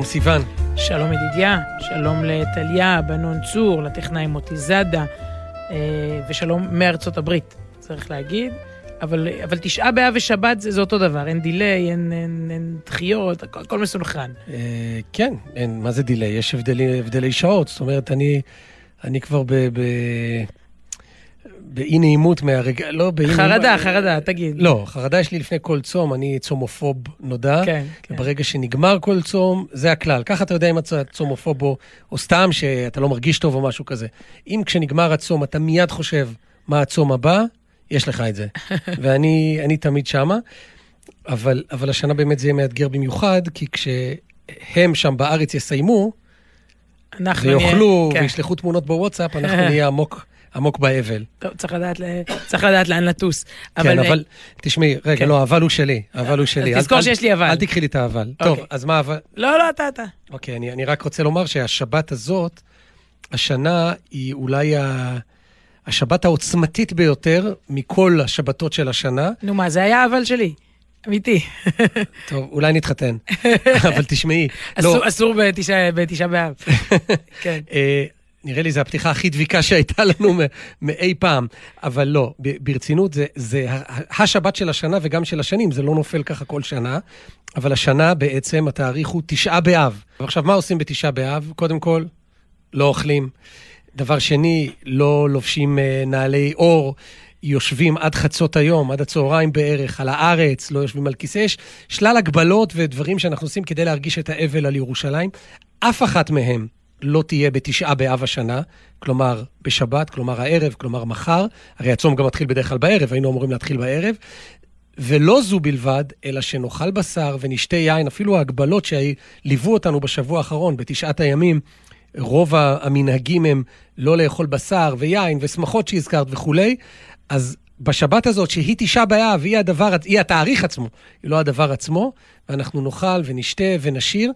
סיוון. שלום ידידיה, שלום לטליה, בנון צור, לטכנאי מוטי זאדה, ושלום מארצות הברית, צריך להגיד. אבל תשעה באב ושבת זה אותו דבר, אין דילי, אין דחיות, הכל מסונכרן. כן, מה זה דילי? יש הבדלי שעות, זאת אומרת, אני כבר באי נעימות מהרגע, לא באי נעימות. חרדה, תגיד. לא, חרדה יש לי לפני כל צום, אני צומופוב נודע. כן. ברגע שנגמר כל צום, זה הכלל. ככה אתה יודע אם אתה צומופוב או סתם שאתה לא מרגיש טוב או משהו כזה. אם כשנגמר הצום אתה מיד חושב מה הצום הבא, יש לך את זה. ואני תמיד שמה, אבל השנה באמת זה יהיה מאתגר במיוחד, כי כשהם שם בארץ יסיימו, ויוכלו וישלחו תמונות בוואטסאפ, אנחנו נהיה עמוק באבל. טוב, צריך לדעת לאן לטוס. כן, אבל תשמעי, רגע, לא, האבל הוא שלי. תזכור שיש לי אבל. אל תקחי לי את האבל. טוב, אז מה אבל? לא, אתה. אוקיי, אני רק רוצה לומר שהשבת הזאת, השנה היא אולי השבת העוצמתית ביותר מכל השבתות של השנה. נו מה, זה היה האבל שלי. אמיתי. טוב, אולי נתחתן. אבל תשמעי. אסור בתשעה באב. כן. נראה לי, זו הפתיחה הכי דביקה שהייתה לנו מאי פעם. אבל לא, ברצינות, זה השבת של השנה וגם של השנים. זה לא נופל ככה כל שנה. אבל השנה בעצם, התאריך הוא תשעה באב. ועכשיו, מה עושים בתשעה באב? קודם כל, לא אוכלים. דבר שני, לא לובשים נעלי אור, יושבים עד חצות היום, עד הצהריים בערך, על הארץ, לא יושבים על כיסא. יש שלל הגבלות ודברים שאנחנו עושים כדי להרגיש את האבל על ירושלים. אף אחת מהם לא תהיה בתשעה באב השנה, כלומר בשבת, כלומר הערב, כלומר מחר. הרי הצום גם מתחיל בדרך כלל בערב, היינו אמורים להתחיל בערב. ולא זו בלבד, אלא שנאכל בשר ונשתה יין, אפילו ההגבלות שליוו אותנו בשבוע האחרון, בתשעת הימים, רוב המנהגים הם לא לאכול בשר ויין ושמחות שהזכרת וכולי, אז בשבת הזאת שהיא תשעה באב, היא התאריך עצמו, היא לא הדבר עצמו, ואנחנו נאכל ונשתה ונשיר,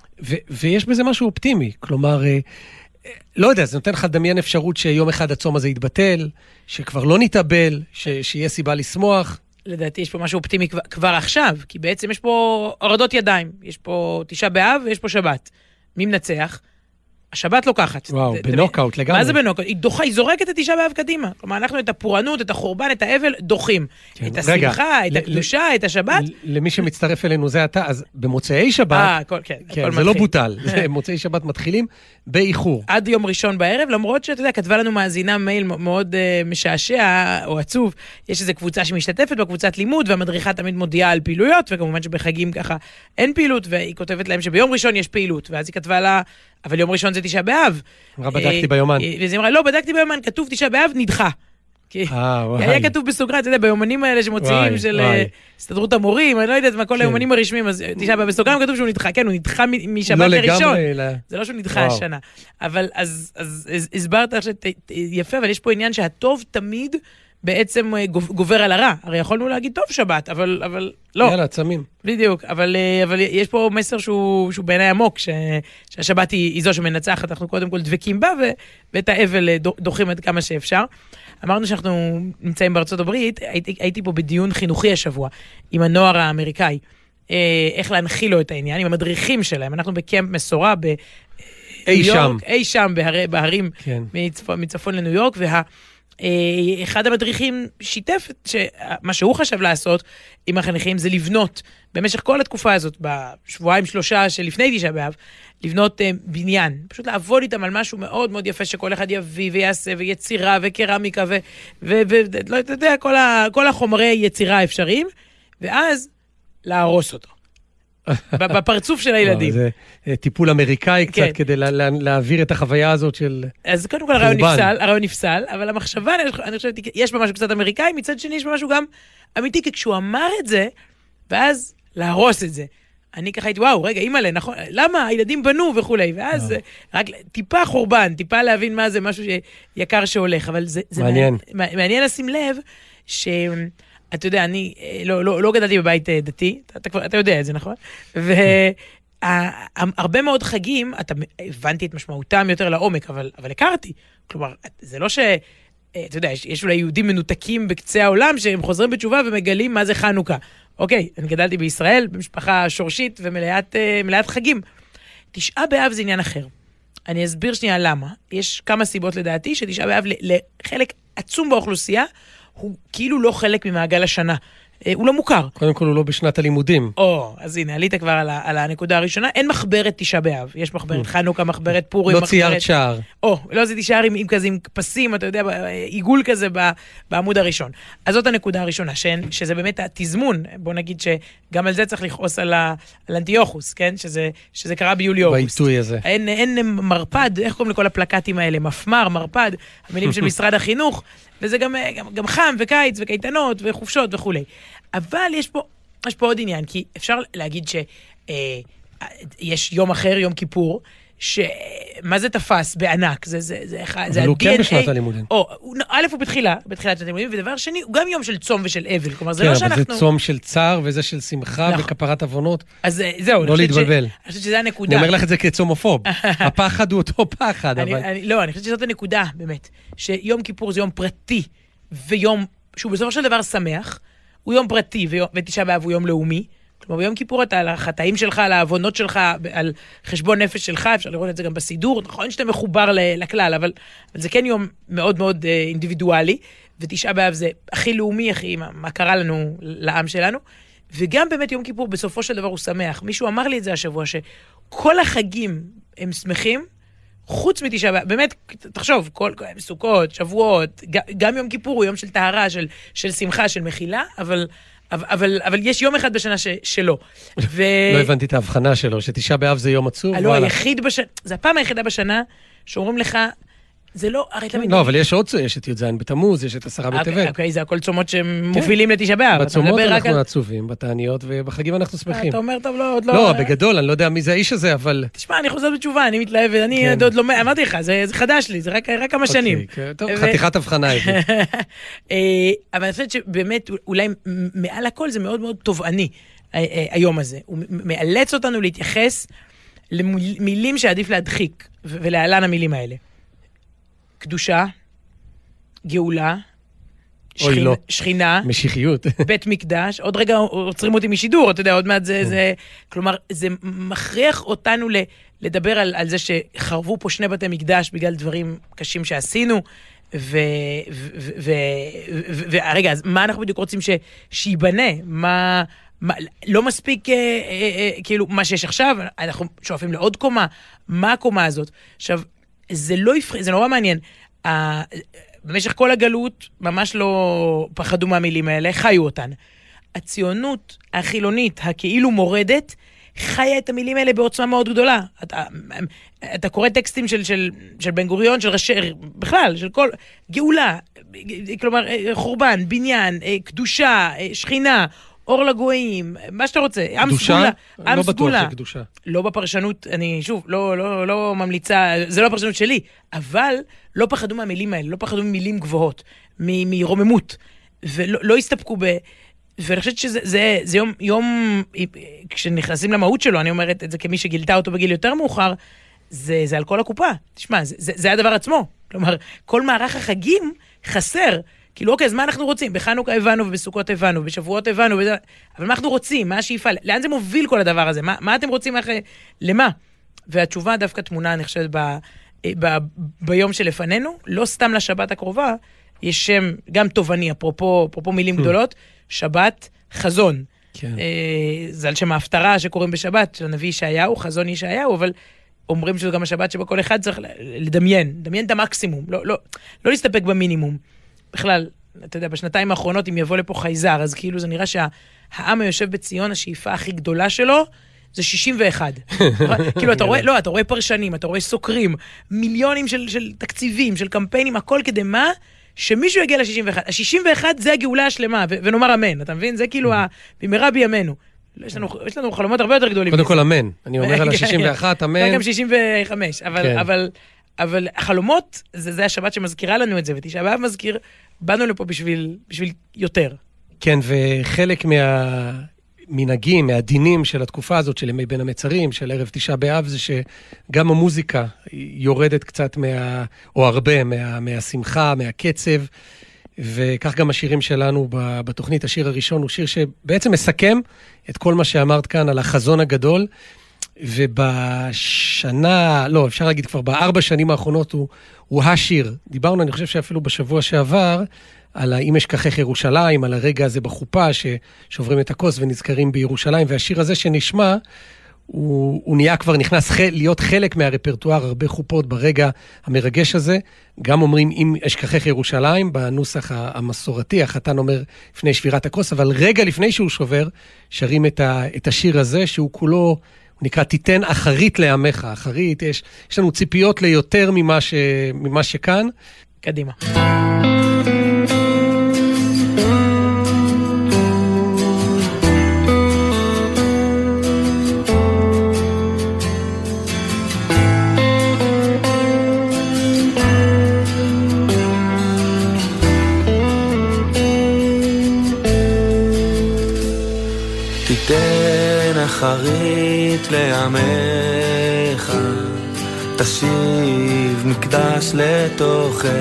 ויש בזה משהו אופטימי, כלומר, לא יודע, זה נותן לך לדמיין אפשרות שיום אחד הצום הזה יתבטל, שכבר לא נתאבל, שיהיה סיבה לשמוח. לדעתי יש פה משהו אופטימי כבר עכשיו, כי בעצם יש פה הורדות ידיים, יש פה תשעה באב ויש פה שבת. מי מנצח? השבת לוקחת. וואו, בנוקאוט לגמרי. מה זה בנוקאוט? היא זורקת את תשעה באב קדימה. כלומר, אנחנו את הפורענות, את החורבן, את האבל, דוחים. את השמחה, את הקדושה, את השבת. למי שמצטרף אלינו זה אתה, אז במוצאי שבת, זה לא בוטל. במוצאי שבת מתחילים באיחור. עד יום ראשון בערב, למרות שאתה יודע, כתבה לנו מאזינה מייל מאוד משעשע או עצוב. יש איזו קבוצה שמשתתפת בקבוצת לימוד, והמדריכה תמיד מודיעה על פעילויות, וכמובן שבחגים ככה אין פעילות, והיא כותבת להם שביום ראשון יש פעילות, ואז היא כתבה לה, אבל יום ראשון זה תשעה באב. אמרה, בדקתי ביומן. וזה אמרה, לא, בדקתי ביומן, כתוב תשעה באב, נדחה. היה כתוב בסוגרית, אתה יודע, ביומנים האלה שמוציאים של הסתדרות המורים, אני לא יודעת מה, כל היומנים הרשמיים, אז תשעה באב, בסוגרית כתוב שהוא נדחה, כן, הוא נדחה משבת לראשון. זה לא שהוא נדחה השנה. אבל אז הסברת יפה, אבל יש פה עניין שהטוב תמיד בעצם גובר על הרע. הרי יכולנו להגיד טוב שבת, אבל לא. יאללה, צמים. בדיוק, אבל יש פה מסר שהוא בעיניי עמוק, שהשבת היא זו שמנצחת, אנחנו קודם כל דבקים בה, ואת האבל דוחים עד כמה שאפשר. אמרנו שאנחנו נמצאים בארצות הברית, הייתי פה בדיון חינוכי השבוע, עם הנוער האמריקאי, איך להנחיל לו את העניין, עם המדריכים שלהם. אנחנו בקמפ מסורה, אי שם בהרים מצפון לניו יורק, אחד המדריכים שיתף שמה שהוא חשב לעשות עם החניכים זה לבנות במשך כל התקופה הזאת, בשבועיים שלושה שלפני תשעה באב, לבנות בניין, פשוט לעבוד איתם על משהו מאוד מאוד יפה שכל אחד יביא ויעשה ויצירה וקרמיקה ולא יודע, כל החומרי יצירה האפשריים, ואז להרוס אותו. בפרצוף של הילדים. זה טיפול אמריקאי קצת כדי להעביר את החוויה הזאת של חורבן. אז קודם כל הרעיון נפסל, אבל המחשבה, אני חושבת, יש בה משהו קצת אמריקאי, מצד שני יש בה משהו גם אמיתי, כי כשהוא אמר את זה, ואז להרוס את זה. אני ככה הייתי, וואו, רגע, אימא'לה, נכון, למה? הילדים בנו וכולי, ואז רק טיפה חורבן, טיפה להבין מה זה, משהו יקר שהולך, אבל זה מעניין לשים לב אתה יודע, אני לא גדלתי בבית דתי, אתה יודע את זה, נכון? והרבה מאוד חגים, הבנתי את משמעותם יותר לעומק, אבל הכרתי. כלומר, זה לא אתה יודע, יש אולי יהודים מנותקים בקצה העולם, שהם חוזרים בתשובה ומגלים מה זה חנוכה. אוקיי, אני גדלתי בישראל, במשפחה שורשית ומלאת חגים. תשעה באב זה עניין אחר. אני אסביר שנייה למה. יש כמה סיבות לדעתי שתשעה באב לחלק עצום באוכלוסייה, הוא כאילו לא חלק ממעגל השנה. הוא לא מוכר. קודם כל הוא לא בשנת הלימודים. אז הנה, עלית כבר על הנקודה הראשונה. אין מחברת תשעה באב. יש מחברת חנוכה, מחברת פורים. לא ציירת שער. לא עשיתי שער עם כזה, עם פסים, אתה יודע, עיגול כזה בעמוד הראשון. אז זאת הנקודה הראשונה, שזה באמת התזמון. בוא נגיד שגם על זה צריך לכעוס על אנטיוכוס, כן? שזה קרה ביולי-אוגוסט. בעיתוי הזה. אין מרפד, איך קוראים לכל הפלקטים האלה? מפמר, מרפד, המילים של משרד החינוך, וזה גם חם וקיץ וקייטנות וחופשות וכו'. אבל יש פה עוד עניין, כי אפשר להגיד שיש יום אחר, יום כיפור, מה זה תפס בענק? זה אבל הוא כן בשנת הלימודים. א' הוא בתחילת שנת הלימודים, ודבר שני, הוא גם יום של צום ושל אבל. כלומר, זה לא שאנחנו... כן, אבל זה צום של צער, וזה של שמחה וכפרת עוונות. אז זהו. לא להתבלבל. אני חושבת שזה הנקודה. אני אומר לך את זה כצומופוב. הפחד הוא אותו פחד, אבל... לא, אני חושבת שזאת הנקודה, באמת. שיום כיפור זה יום פרטי, ויום שהוא בסופו של דבר שמח, הוא יום פרטי, ותשעה באב הוא יום לאומי. כלומר, ביום כיפור אתה על החטאים שלך, על העוונות שלך, על חשבון נפש שלך, אפשר לראות את זה גם בסידור, נכון שאתה מחובר לכלל, אבל זה כן יום מאוד מאוד אינדיבידואלי, ותשעה באב זה הכי לאומי, הכי מה קרה לנו, לעם שלנו, וגם באמת יום כיפור בסופו של דבר הוא שמח. מישהו אמר לי את זה השבוע, שכל החגים הם שמחים, חוץ מתשעה באב, באמת, תחשוב, כל סוכות, שבועות, גם יום כיפור הוא יום של טהרה, של שמחה, של מחילה, אבל יש יום אחד בשנה שלא. לא הבנתי את ההבחנה שלו, שתשעה באב זה יום עצוב. לא, היחיד בשנה, זה הפעם היחידה בשנה שאומרים לך, זה לא, הרי תמיד... לא, אבל יש עוד, יש את י"ז בתמוז, יש את 10 בטבת. אוקיי, זה הכל צומות שמובילים לתשעה באב. בצומות אנחנו עצובים, בתעניות, ובחגים אנחנו שמחים. אתה אומר, טוב, לא... לא, בגדול, אני לא יודע מי זה האיש הזה, אבל... תשמע, אני חוזר בתשובה, אני מתלהב, אני עוד לא... אמרתי לך, זה חדש לי, זה רק כמה שנים. טוב, חתיכת הבחנה. אבל אני חושבת שבאמת, אולי מעל הכל זה מאוד מאוד תובעני, היום הזה. הוא מאלץ אותנו להתייחס למילים שעדיף להדחיק, ולהלן המילים האלה. קדושה, גאולה, שכינה, משיחיות, בית מקדש, עוד רגע עוצרים אותי משידור, אתה יודע, עוד מעט זה, כלומר, זה מכריח אותנו לדבר על זה שחרבו פה 2 בתי מקדש בגלל דברים קשים שעשינו, ורגע, אז מה אנחנו בדיוק רוצים שיבנה? לא מספיק, כאילו, מה שיש עכשיו, אנחנו שואפים לעוד קומה, מה הקומה הזאת? עכשיו, זה נורא מעניין. במשך כל הגלות, ממש לא פחדו מהמילים האלה, חיו אותן. הציונות החילונית, הכאילו מורדת, חיה את המילים האלה בעוצמה מאוד גדולה. אתה קורא טקסטים של בן גוריון, של ראשי, בכלל, של כל, גאולה, כלומר, חורבן, בניין, קדושה, שכינה, אור לגויים, מה שאתה רוצה, עם סגולה. לא בטוח שקדושה. לא בפרשנות, אני שוב, לא ממליצה, זה לא הפרשנות שלי, אבל לא פחדו מהמילים האלה, לא פחדו ממילים גבוהות, מרוממות, ולא הסתפקו ואני חושבת שזה יום, כשנכנסים למהות שלו, אני אומרת את זה כמי שגילתה אותו בגיל יותר מאוחר, זה על כל הקופה. תשמע, זה הדבר עצמו. כלומר, כל מערך החגים חסר. כאילו, אוקיי, אז מה אנחנו רוצים? בחנוכה הבנו ובסוכות הבנו, בשבועות הבנו, אבל מה אנחנו רוצים? מה השאיפה? לאן זה מוביל כל הדבר הזה? מה אתם רוצים? למה? והתשובה דווקא תמונה, אני חושבת, ביום שלפנינו, לא סתם לשבת הקרובה, יש שם גם תובעני, אפרופו מילים גדולות, שבת חזון. כן. זה על שם ההפטרה שקוראים בשבת, של הנביא ישעיהו, חזון ישעיהו, אבל אומרים שזו גם השבת שבה כל אחד צריך לדמיין את המקסימום, לא להסתפק במינימום. בכלל, אתה יודע, בשנתיים האחרונות, אם יבוא לפה חייזר, אז כאילו זה נראה שהעם היושב בציון, השאיפה הכי גדולה שלו, זה 61. כאילו, אתה רואה פרשנים, אתה רואה סוקרים, מיליונים של תקציבים, של קמפיינים, הכל כדי מה? שמישהו יגיע ל-61. ה-61 זה הגאולה השלמה, ונאמר אמן, אתה מבין? זה כאילו במהרה בימינו. יש לנו חלומות הרבה יותר גדולים. קודם כל אמן. אני אומר על ה-61, אמן. גם 65, אבל החלומות, זה השבת שמזכירה לנו את זה, ותשעה באב מזכיר, באנו לפה בשביל יותר. כן, וחלק מהמנהגים, מהדינים של התקופה הזאת, של ימי בין המצרים, של ערב תשעה באב, זה שגם המוזיקה יורדת קצת או הרבה מהשמחה, מהקצב, וכך גם השירים שלנו בתוכנית. השיר הראשון הוא שיר שבעצם מסכם את כל מה שאמרת כאן על החזון הגדול, ובשנה, לא, אפשר להגיד כבר ב4 שנים האחרונות הוא השיר. דיברנו, אני חושב שאפילו בשבוע שעבר, על אם אשכחך ירושלים, על הרגע הזה בחופה, ששוברים את הכוס ונזכרים בירושלים, והשיר הזה שנשמע, הוא נהיה כבר נכנס להיות חלק מהרפרטואר, הרבה חופות ברגע המרגש הזה. גם אומרים אם אשכחך ירושלים, בנוסח המסורתי, החתן אומר לפני שבירת הכוס, אבל רגע לפני שהוא שובר, שרים את השיר הזה, שהוא כולו, הוא נקרא תיתן אחרית לעמך. אחרית, יש לנו ציפיות ליותר ממה שכאן. קדימה. תיתן אחרית לעמך, תשיב מקדש לתוכנו,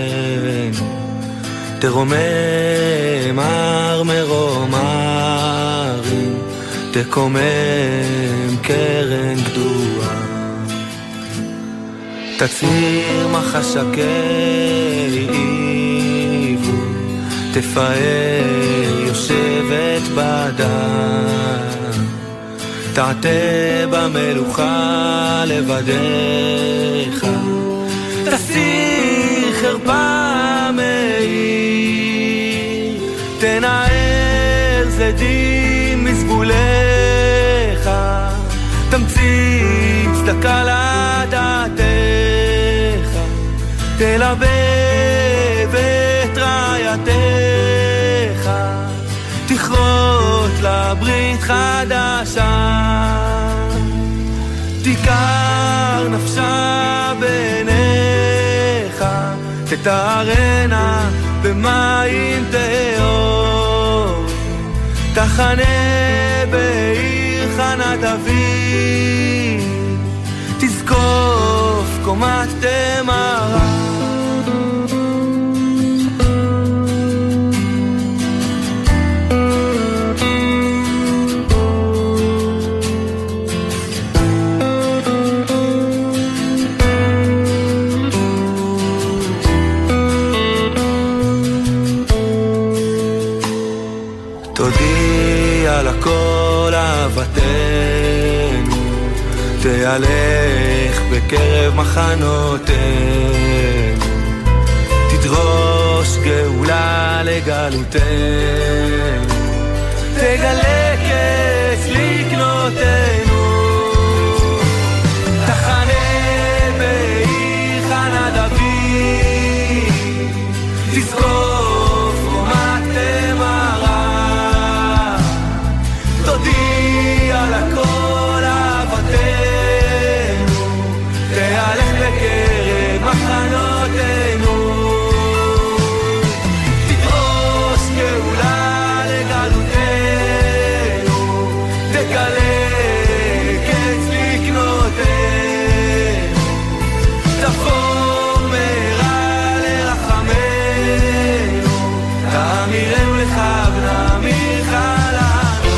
תרומם הר מרום הרים, תקומם קרן גדועה, תציר מחשקי עיבור, תפאר יושבת בדם, תעתה במלוכה לבדיך, תסיר חרפה מאיר, תנער זדים מסגוליך, תמציא צדקה לדעתך, תלבב את רעייתך, תכרות לברית חדשה, תיקר נפשה בעיניך, תתארנה במים טהור, תחנה בעיר חנה דוד, תזקוף קומת תמרה, כל אהבתנו תהלך בקרב מחנותינו, תדרוש גאולה לגלותנו, תגלה קץ לקנותינו, תחנה בעיר חנה דוד, תזקוף קומת תמרה, תודי על הכל אהבתנו, תהלך בקרב מחנותינו, תדרוש גאולה לגלותנו, תגלה קץ לקנותנו, תפור מהרה לרחמנו, תאמירנו לך ונאמירך לנו.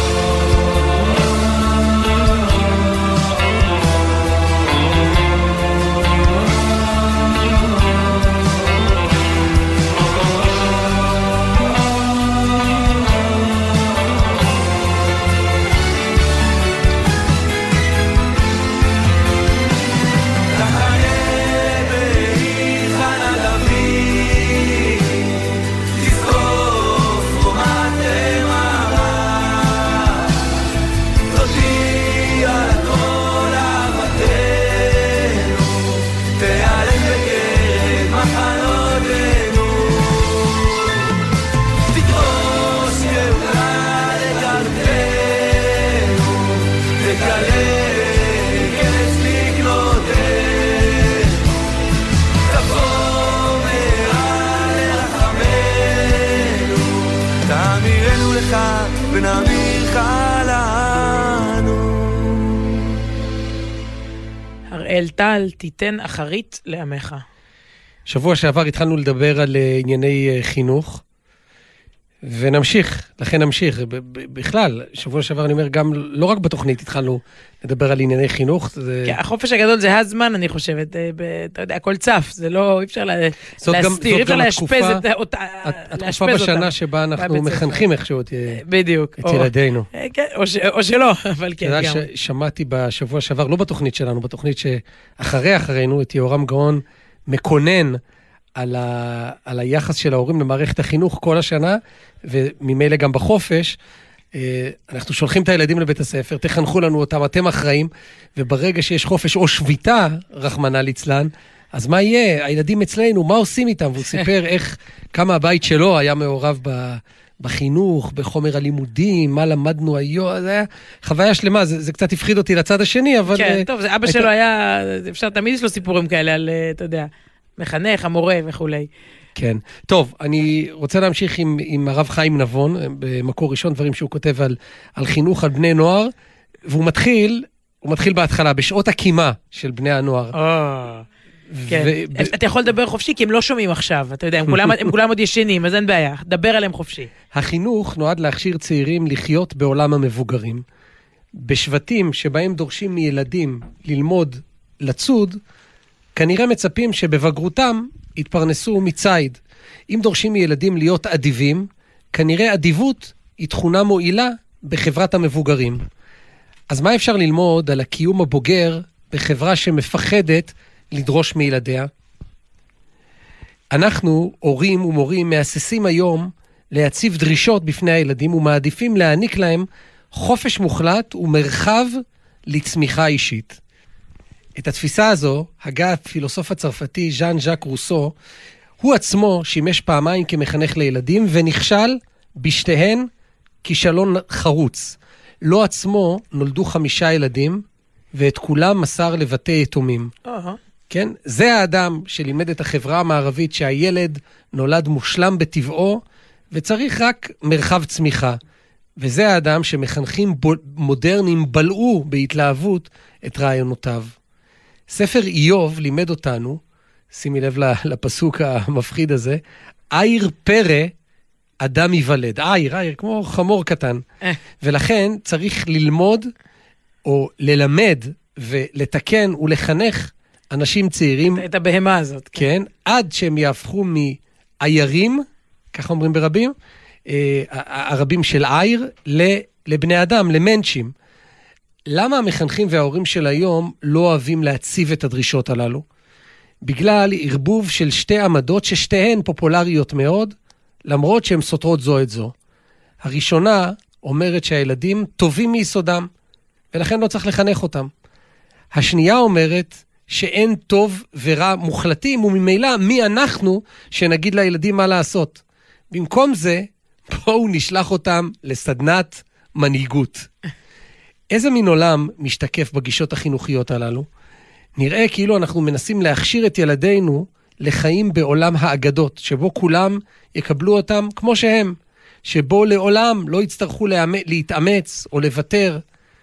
ונאמירך לנו. הראל טל, תיתן אחרית לעמך. שבוע שעבר התחלנו לדבר על ענייני חינוך, ונמשיך, לכן נמשיך. בכלל, שבוע שעבר אני אומר, גם לא רק בתוכנית התחלנו לדבר על ענייני חינוך. כן, החופש הגדול זה הזמן, אני חושבת, אתה יודע, הכל צף, זה לא, אי אפשר להסתיר, אי אפשר לאשפז אותה. התקופה בשנה שבה אנחנו מחנכים איכשהו את ילדינו. כן, או שלא, אבל כן. אתה יודע ששמעתי בשבוע שעבר, לא בתוכנית שלנו, בתוכנית שאחרינו, את יהורם גאון מקונן, על היחס של ההורים למערכת החינוך כל השנה, וממילא גם בחופש, אנחנו שולחים את הילדים לבית הספר, תחנכו לנו אותם, אתם אחראים, וברגע שיש חופש או שביתה, רחמנא ליצלן, אז מה יהיה? הילדים אצלנו, מה עושים איתם? והוא סיפר כמה הבית שלו היה מעורב בחינוך, בחומר הלימודים, מה למדנו היום, זה היה חוויה שלמה, זה קצת הפחיד אותי לצד השני, אבל... כן, טוב, אבא שלו היה, אפשר תמיד יש לו סיפורים כאלה על, אתה יודע, מחנך, המורה וכולי. כן. טוב, אני רוצה להמשיך עם הרב חיים נבון, במקור ראשון, דברים שהוא כותב על חינוך, על בני נוער, והוא מתחיל בהתחלה, בשעות הקימה של בני הנוער. כן. אתה יכול לדבר חופשי, כי הם לא שומעים עכשיו, אתה יודע, הם כולם עוד ישנים, אז אין בעיה, דבר עליהם חופשי. החינוך נועד להכשיר צעירים לחיות בעולם המבוגרים. בשבטים שבהם דורשים מילדים ללמוד לצוד, כנראה מצפים שבבגרותם יתפרנסו מצייד. אם דורשים מילדים להיות אדיבים, כנראה אדיבות היא תכונה מועילה בחברת המבוגרים. אז מה אפשר ללמוד על הקיום הבוגר בחברה שמפחדת לדרוש מילדיה? אנחנו, הורים ומורים, מאססים היום להציב דרישות בפני הילדים ומעדיפים להעניק להם חופש מוחלט ומרחב לצמיחה אישית. את התפיסה הזו הגה הפילוסוף הצרפתי ז'אן ז'אק רוסו, הוא עצמו שימש פעמיים כמחנך לילדים ונכשל בשתיהן כישלון חרוץ. לו עצמו נולדו 5 ילדים ואת כולם מסר לבתי יתומים. כן? זה האדם שלימד את החברה המערבית שהילד נולד מושלם בטבעו וצריך רק מרחב צמיחה. וזה האדם שמחנכים מודרניים בלעו בהתלהבות את רעיונותיו. ספר איוב לימד אותנו, שימי לב לפסוק המפחיד הזה, עיר פרא אדם ייוולד. עיר, כמו חמור קטן. ולכן צריך ללמוד או ללמד ולתקן ולחנך אנשים צעירים. את הבהמה הזאת. כן, עד שהם יהפכו מעיירים, ככה אומרים ברבים, הרבים של עיר, לבני אדם, למנצ'ים. למה המחנכים וההורים של היום לא אוהבים להציב את הדרישות הללו? בגלל ערבוב של 2 עמדות ששתיהן פופולריות מאוד, למרות שהן סותרות זו את זו. הראשונה אומרת שהילדים טובים מיסודם, ולכן לא צריך לחנך אותם. השנייה אומרת שאין טוב ורע מוחלטים, וממילא מי אנחנו שנגיד לילדים מה לעשות. במקום זה, בואו נשלח אותם לסדנת מנהיגות. איזה מין עולם משתקף בגישות החינוכיות הללו? נראה כאילו אנחנו מנסים להכשיר את ילדינו לחיים בעולם האגדות, שבו כולם יקבלו אותם כמו שהם, שבו לעולם לא יצטרכו להתאמץ או לוותר,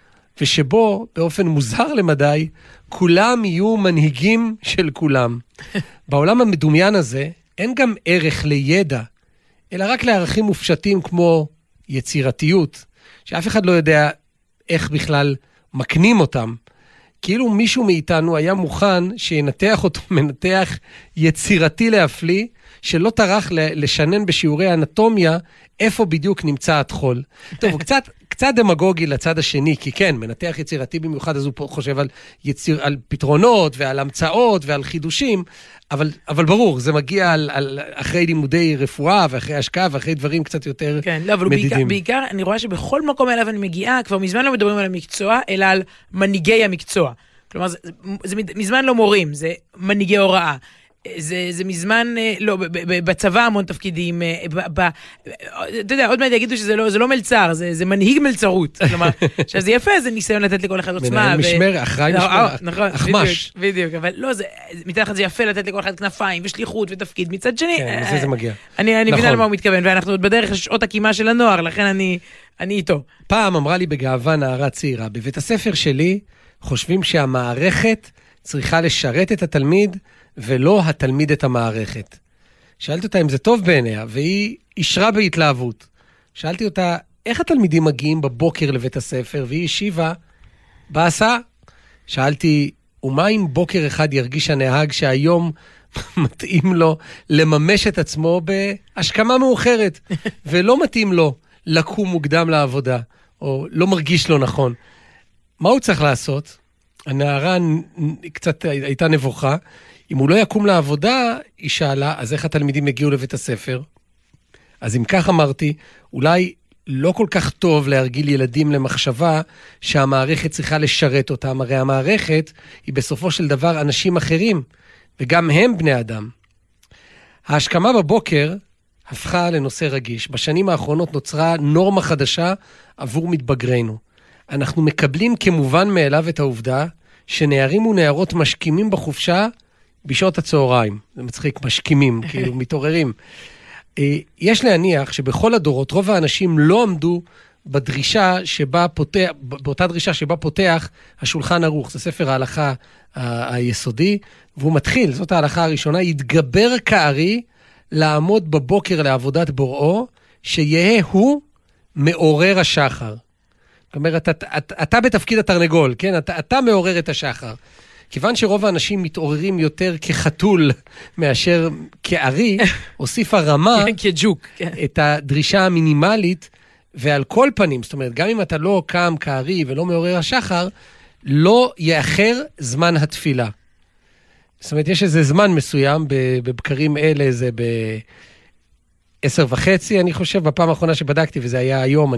ושבו, באופן מוזר למדי, כולם יהיו מנהיגים של כולם. בעולם המדומיין הזה אין גם ערך לידע, אלא רק לערכים מופשטים כמו יצירתיות, שאף אחד לא יודע איך בכלל מקנים אותם. כאילו מישהו מאיתנו היה מוכן שינתח אותו מנתח יצירתי להפליא, שלא טרח לשנן בשיעורי האנטומיה איפה בדיוק נמצא התחול. טוב, הוא קצת דמגוגי לצד השני, כי כן, מנתח יצירתי במיוחד, אז הוא חושב על פתרונות ועל המצאות ועל חידושים, אבל ברור, זה מגיע אחרי לימודי רפואה ואחרי השקעה ואחרי דברים קצת יותר כן, לא, אבל בעיקר אני רואה שבכל מקום אליו אני מגיעה, כבר מזמן לא מדברים על המקצוע, אלא על מנהיגי המקצוע. כלומר, זה מזמן לא מורים, זה מנהיגי הוראה. זה מזמן, לא, בצבא המון תפקידים, אתה יודע, עוד מעט יגידו שזה לא מלצר, זה מנהיג מלצרות. כלומר, עכשיו זה יפה, זה ניסיון לתת לכל אחד עוצמה. מנהל משמר, אחראי משמר, אחמש. בדיוק, אבל לא, מצד אחד זה יפה לתת לכל אחד כנפיים ושליחות ותפקיד, מצד שני. כן, לזה זה מגיע. אני מבינה למה הוא מתכוון, ואנחנו עוד בדרך לשעות הקימה של הנוער, לכן אני איתו. פעם אמרה לי בגאווה נערה צעירה, בבית הספר שלי חושבים שהמערכת צריכה לשרת את התלמיד, ולא התלמיד את המערכת. שאלתי אותה אם זה טוב בעיניה, והיא אישרה בהתלהבות. שאלתי אותה, איך התלמידים מגיעים בבוקר לבית הספר, והיא השיבה, בהסעה. שאלתי, ומה אם בוקר אחד ירגיש הנהג שהיום מתאים לו לממש את עצמו בהשכמה מאוחרת, ולא מתאים לו לקום מוקדם לעבודה, או לא מרגיש לו נכון. מה הוא צריך לעשות? הנערה קצת הייתה נבוכה, אם הוא לא יקום לעבודה, היא שאלה, אז איך התלמידים הגיעו לבית הספר? אז אם כך אמרתי, אולי לא כל כך טוב להרגיל ילדים למחשבה שהמערכת צריכה לשרת אותם, הרי המערכת היא בסופו של דבר אנשים אחרים, וגם הם בני אדם. ההשכמה בבוקר הפכה לנושא רגיש. בשנים האחרונות נוצרה נורמה חדשה עבור מתבגרינו. אנחנו מקבלים כמובן מאליו את העובדה שנערים ונערות משכימים בחופשה בשעות הצהריים. זה מצחיק, משכימים, כאילו מתעוררים. יש להניח שבכל הדורות רוב האנשים לא עמדו באותה דרישה שבה פותח השולחן ערוך. זה ספר ההלכה היסודי, והוא מתחיל, זאת ההלכה הראשונה, יתגבר כארי לעמוד בבוקר לעבודת בוראו, שיהיה הוא מעורר השחר. זאת אומרת, אתה בתפקיד התרנגול, כן? אתה מעורר את השחר. כיוון שרוב האנשים מתעוררים יותר כחתול מאשר כארי, הוסיפה רמה את הדרישה המינימלית, ועל כל פנים, זאת אומרת, גם אם אתה לא קם כארי ולא מעורר השחר, לא יאחר זמן התפילה. זאת אומרת, יש איזה זמן מסוים, בבקרים אלה, זה ב10:30, אני חושב, בפעם האחרונה שבדקתי, וזה היה היום,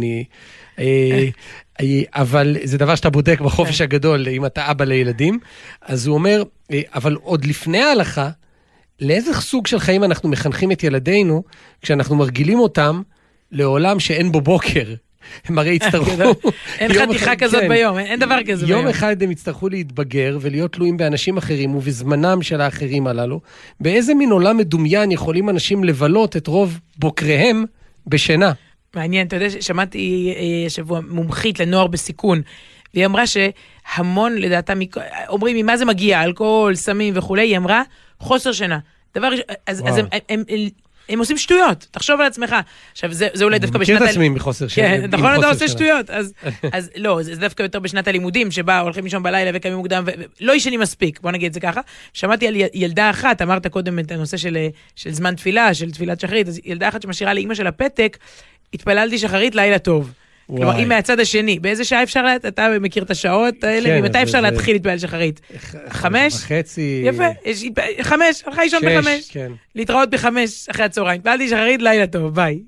אבל זה דבר שאתה בודק בחופש הגדול, אם אתה אבא לילדים, אז הוא אומר, אבל עוד לפני ההלכה, לאיזה סוג של חיים אנחנו מחנכים את ילדינו, כשאנחנו מרגילים אותם לעולם שאין בו בוקר. הם הרי יצטרכו... אין חתיכה כזאת ביום, אין דבר כזה ביום. יום אחד הם יצטרכו להתבגר ולהיות תלויים באנשים אחרים ובזמנם של האחרים הללו. באיזה מין עולם מדומיין יכולים אנשים לבלות את רוב בוקריהם בשינה? מעניין, אתה יודע, שמעתי שבוע מומחית לנוער בסיכון, והיא אמרה שהמון, לדעתה, אומרים ממה זה מגיע, אלכוהול, סמים וכו', היא אמרה, חוסר שינה. דבר ראשון, אז הם עושים שטויות, תחשוב על עצמך. עכשיו, זה אולי דווקא בשנת... מכיר את עצמי מחוסר שינה. כן, נכון, אתה עושה שטויות. אז לא, זה דווקא יותר בשנת הלימודים, שבה הולכים לישון בלילה וקמים מוקדם, ולא ישנים מספיק, בוא נגיד את זה ככה. שמעתי על ילדה אחת, אמרת קודם את הנושא של זמן תפילה, של תפילת שחרית, אז ילדה אחת שמשאירה לאמא של הפתק, התפללתי שחרית, לילה טוב. כלומר, היא מהצד השני. באיזה שעה אפשר, אתה מכיר את אחת האלה, ממתי אפשר להתחיל להתפלל שחרית? 5? 5:30. יפה, 5, הלכה לישון 5. להתראות ב5 אחרי הצהריים. התפללתי שחרית, לילה טוב, ביי.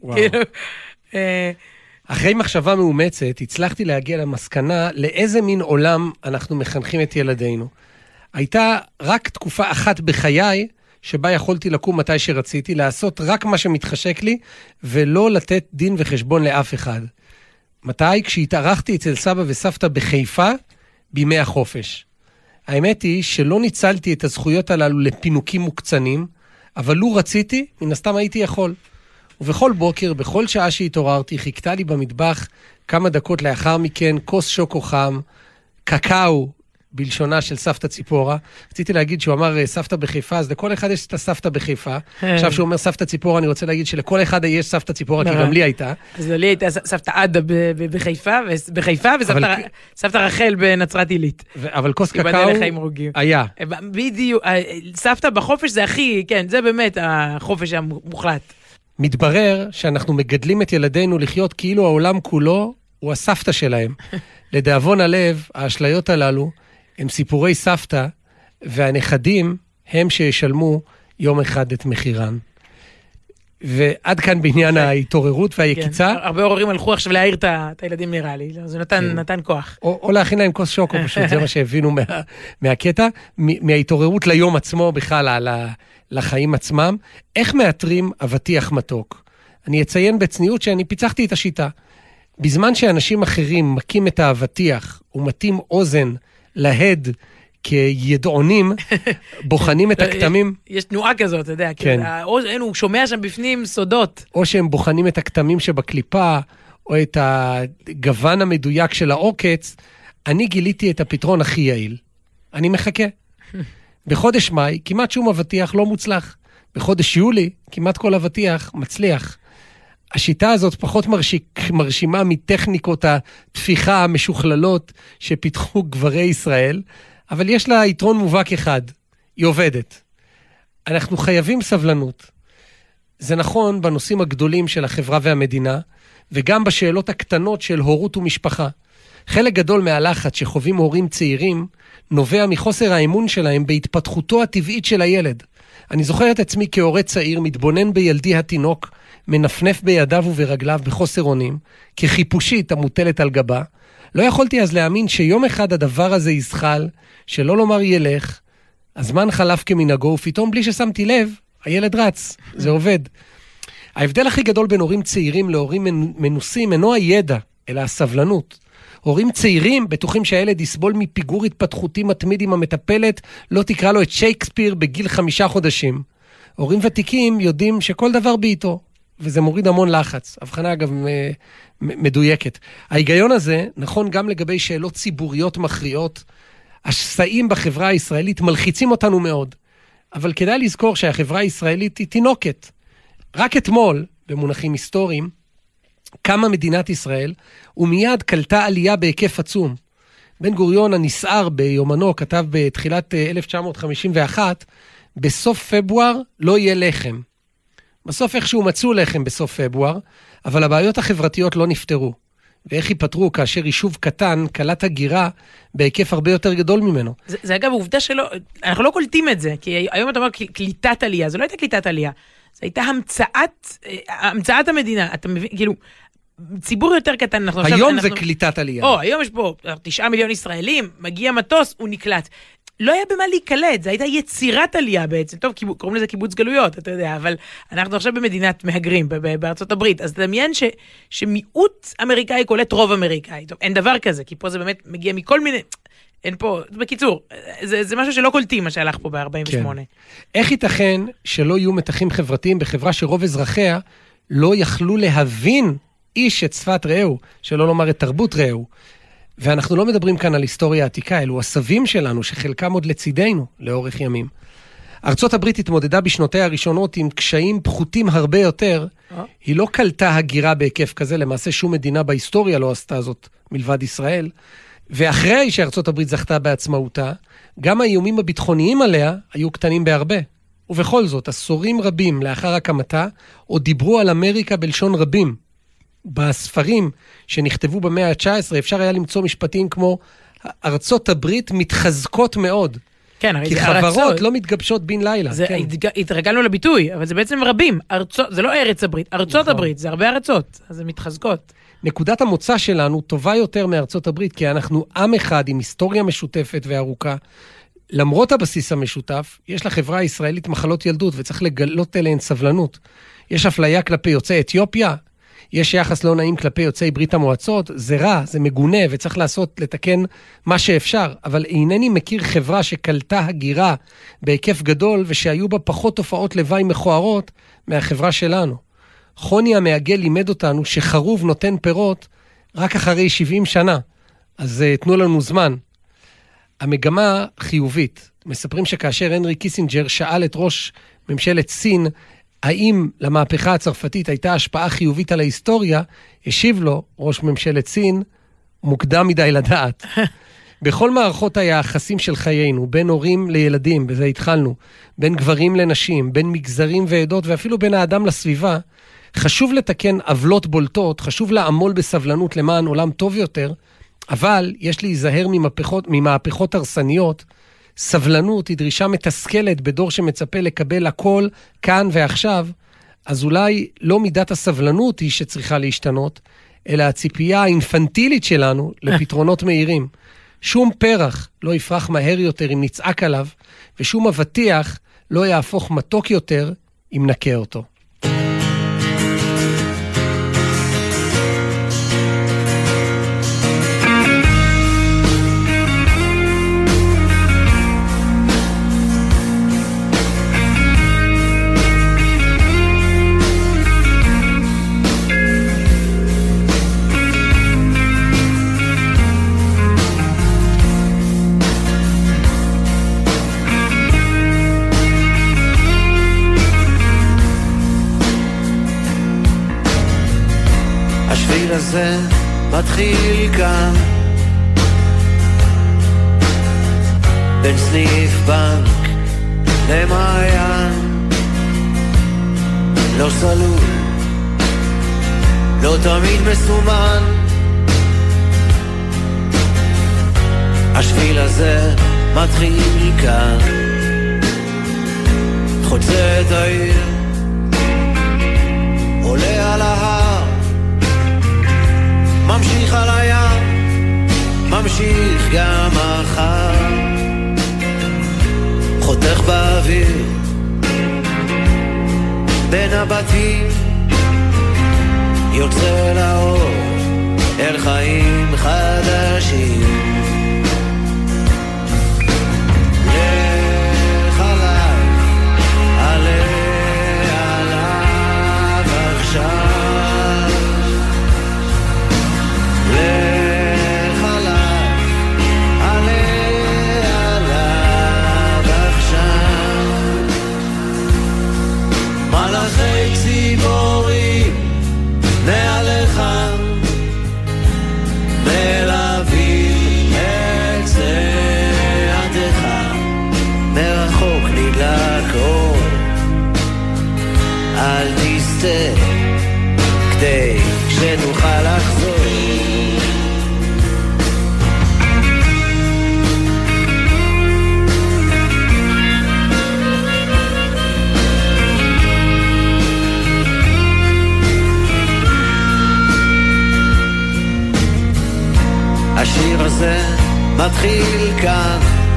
אחרי מחשבה מאומצת, הצלחתי להגיע למסקנה לאיזה מין עולם אנחנו מחנכים את ילדינו. הייתה רק תקופה אחת בחיי, שבה יכולתי לקום מתי שרציתי, לעשות רק מה שמתחשק לי, ולא לתת דין וחשבון לאף אחד. מתי? כשהתארחתי אצל סבא וסבתא בחיפה, בימי החופש. האמת היא שלא ניצלתי את הזכויות הללו לפינוקים מוקצנים, אבל לו רציתי, מן הסתם הייתי יכול. ובכל בוקר, בכל שעה שהתעוררתי, חיכתה לי במטבח כמה דקות לאחר מכן, כוס שוקו חם, קקאו, בלשונה של סבתא ציפורה. רציתי להגיד שהוא אמר סבתא בחיפה, אז לכל אחד יש את הסבתא בחיפה. עכשיו שהוא אומר סבתא ציפורה, אני רוצה להגיד שלכל אחד יש סבתא ציפורה, כי גם לי הייתה. אז לי הייתה סבתא עדה בחיפה, וסבתא רחל בנצרת עילית. אבל כוס קקאו היה. בדיוק, סבתא בחופש זה הכי, כן, זה באמת החופש המוחלט. מתברר שאנחנו מגדלים את ילדינו לחיות כאילו העולם כולו הוא הסבתא שלהם. לדאבון הלב, האשליות הללו, הם סיפורי סבתא, והנכדים הם שישלמו יום אחד את מחירן. ועד כאן בעניין ההתעוררות והיקיצה. הרבה הורים הלכו עכשיו להעיר את הילדים נראה לי, זה נתן כוח. או להכין להם כוס שוקו פשוט, זה מה שהבינו מהקטע, מההתעוררות ליום עצמו בכלל, לחיים עצמם. איך מאתרים אבטיח מתוק? אני אציין בצניעות שאני פיצחתי את השיטה. בזמן שאנשים אחרים מקים את האבטיח ומתים אוזן להד כידעונים, בוחנים את הכתמים. יש תנועה כזאת, אתה יודע. כן. הוא שומע שם בפנים סודות. או שהם בוחנים את הכתמים שבקליפה, או את הגוון המדויק של העוקץ. אני גיליתי את הפתרון הכי יעיל. אני מחכה. בחודש מאי, כמעט שום אבטיח לא מוצלח. בחודש יולי, כמעט כל אבטיח מצליח. השיטה הזאת פחות מרשימה מטכניקות התפיחה המשוכללות שפיתחו גברי ישראל, אבל יש לה יתרון מובהק אחד, היא עובדת. אנחנו חייבים סבלנות. זה נכון בנושאים הגדולים של החברה והמדינה, וגם בשאלות הקטנות של הורות ומשפחה. חלק גדול מהלחץ שחווים הורים צעירים, נובע מחוסר האמון שלהם בהתפתחותו הטבעית של הילד. אני זוכר את עצמי כהורה צעיר, מתבונן בילדי התינוק, מנפנף בידיו וברגליו בחוסר אונים, כחיפושית המוטלת על גבה. לא יכולתי אז להאמין שיום אחד הדבר הזה יזחל, שלא לומר ילך, הזמן חלף כמנהגו, ופתאום בלי ששמתי לב, הילד רץ, זה עובד. ההבדל הכי גדול בין הורים צעירים להורים מנוסים אינו הידע, אלא הסבלנות. הורים צעירים בטוחים שהילד יסבול מפיגור התפתחותי מתמיד עם המטפלת, לא תקרא לו את שייקספיר בגיל 5 חודשים. הורים ותיקים יודעים שכל דבר בעיתו, וזה מוריד המון לחץ. הבחנה אגב מדויקת. ההיגיון הזה נכון גם לגבי שאלות ציבוריות מכריעות. השסעים בחברה הישראלית מלחיצים אותנו מאוד, אבל כדאי לזכור שהחברה הישראלית היא תינוקת. רק אתמול, במונחים היסטוריים, קמה מדינת ישראל, ומיד קלטה עלייה בהיקף עצום. בן גוריון הנסער ביומנו כתב בתחילת 1951, בסוף פברואר לא יהיה לחם. בסוף איכשהו מצאו לחם בסוף פברואר, אבל הבעיות החברתיות לא נפתרו. ואיך ייפתרו כאשר יישוב קטן קלט הגירה בהיקף הרבה יותר גדול ממנו. זה אגב עובדה שלא, אנחנו לא קולטים את זה, כי היום אתה אומר קליטת עלייה, זה לא הייתה קליטת עלייה, זה הייתה המצאת המדינה, אתה מבין, כאילו, ציבור יותר קטן, היום זה קליטת עלייה. היום יש פה 9 מיליון ישראלים, מגיע מטוס, הוא נקלט. לא היה במה להיקלט, זה הייתה יצירת עלייה בעצם. טוב, קוראים לזה קיבוץ גלויות, אתה יודע, אבל אנחנו עכשיו במדינת מהגרים, בארצות הברית, אז תדמיין שמיעוט אמריקאי קולט רוב אמריקאי. טוב, אין דבר כזה, כי פה זה באמת מגיע מכל מיני, אין פה, בקיצור, זה משהו שלא קולטים מה שהלך פה ב-48. כן. איך ייתכן שלא יהיו מתחים חברתיים בחברה שרוב אזרחיה לא יכלו להבין איש את שפת רעהו, שלא לומר את תרבות רעהו? ואנחנו לא מדברים כאן על היסטוריה עתיקה, אלו הסבים שלנו שחלקם עוד לצידנו לאורך ימים. ארצות הברית התמודדה בשנותיה הראשונות עם קשיים פחותים הרבה יותר. היא לא קלטה הגירה בהיקף כזה, למעשה שום מדינה בהיסטוריה לא עשתה זאת מלבד ישראל. ואחרי שארצות הברית זכתה בעצמאותה, גם האיומים הביטחוניים עליה היו קטנים בהרבה. ובכל זאת, עשורים רבים לאחר הקמתה, עוד דיברו על אמריקה בלשון רבים. בספרים שנכתבו במאה ה-19 אפשר היה למצוא משפטים כמו ארצות הברית מתחזקות מאוד. כן, הרי כי זה חברות ארצות, לא מתגבשות בין לילה. כן. התרגלנו לביטוי, אבל זה בעצם רבים. זה לא ארץ הברית, ארצות הברית, זה הרבה ארצות, אז זה מתחזקות. נקודת המוצא שלנו טובה יותר מארצות הברית, כי אנחנו עם אחד עם היסטוריה משותפת וארוכה. למרות הבסיס המשותף, יש לחברה הישראלית מחלות ילדות, וצריך לגלות אליהן סבלנות. יש אפליה כלפי יוצאי אתיופיה, יש יחס לא נעים כלפי יוצאי ברית המועצות, זה רע, זה מגונה, וצריך לתקן מה שאפשר, אבל אינני מכיר חברה שקלטה הגירה בהיקף גדול, ושהיו בה פחות תופעות לוואי מכוערות מהחברה שלנו. חוני המעגל לימד אותנו שחרוב נותן פירות רק אחרי 70 שנה, אז תנו לנו זמן. המגמה חיובית. מספרים שכאשר הנרי קיסינג'ר שאל את ראש ממשלת סין, האם למהפכה הצרפתית הייתה השפעה חיובית על ההיסטוריה, השיב לו ראש ממשלת סין, מוקדם מדי לדעת. בכל מערכות היחסים של חיינו, בין הורים לילדים, בזה התחלנו, בין גברים לנשים, בין מגזרים ועדות, ואפילו בין האדם לסביבה, חשוב לתקן עוולות בולטות, חשוב לעמול בסבלנות למען עולם טוב יותר, אבל יש להיזהר ממהפכות הרסניות. סבלנות היא דרישה מתסכלת בדור שמצפה לקבל הכל כאן ועכשיו, אז אולי לא מידת הסבלנות היא שצריכה להשתנות, אלא הציפייה האינפנטילית שלנו לפתרונות מהירים. שום פרח לא יפרח מהר יותר אם נצעק עליו, ושום אבטיח לא יהפוך מתוק יותר אם נקה אותו. השביל הזה מתחיל כאן בין סניף בנק למעיין, לא סלול, לא תמיד מסומן. השביל הזה מתחיל כאן, חוצה את העיר, עולה על ההר, ממשיך על הים, ממשיך גם מחר, חותך באוויר בין הבתים, יוצא לאור אל חיים חדשים. לך עליו, עלה עליו עכשיו, לך עליו, עלה עליו עכשיו. מלאכי ציפורים מעליך מלווים את צעדיך, מרחוק נדלק אור, אל תסתה כדי שתוכל לחזור. השיר הזה מתחיל כאן,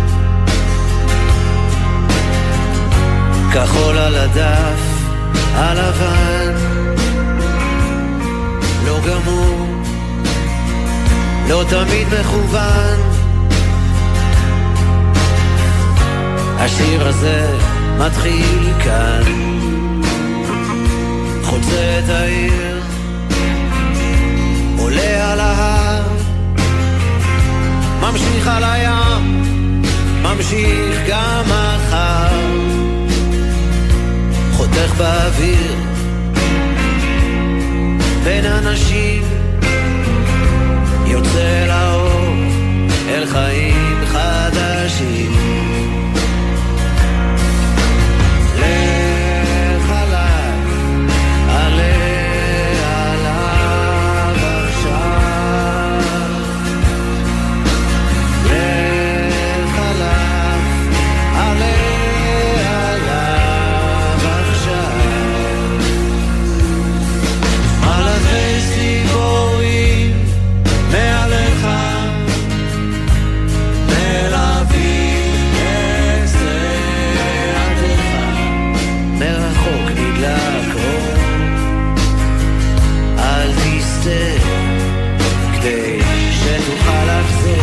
כחול על הדף הלבן, לא גמור, לא תמיד מכוון. השיר הזה מתחיל כאן, חוצה את העיר, עולה על ההר, ממשיך על הים, ממשיך גם מחר, חותך באוויר בין אנשים, יוצא לאור אל חיים חדשים. לך עליו, עלה עליו עכשיו, לך עליו, עלה עליו עכשיו. מלאכי ציפורים מעליך מלווים את צעדיך, מרחוק נדלק אור, אל תסתה כדי שתוכל לחזור.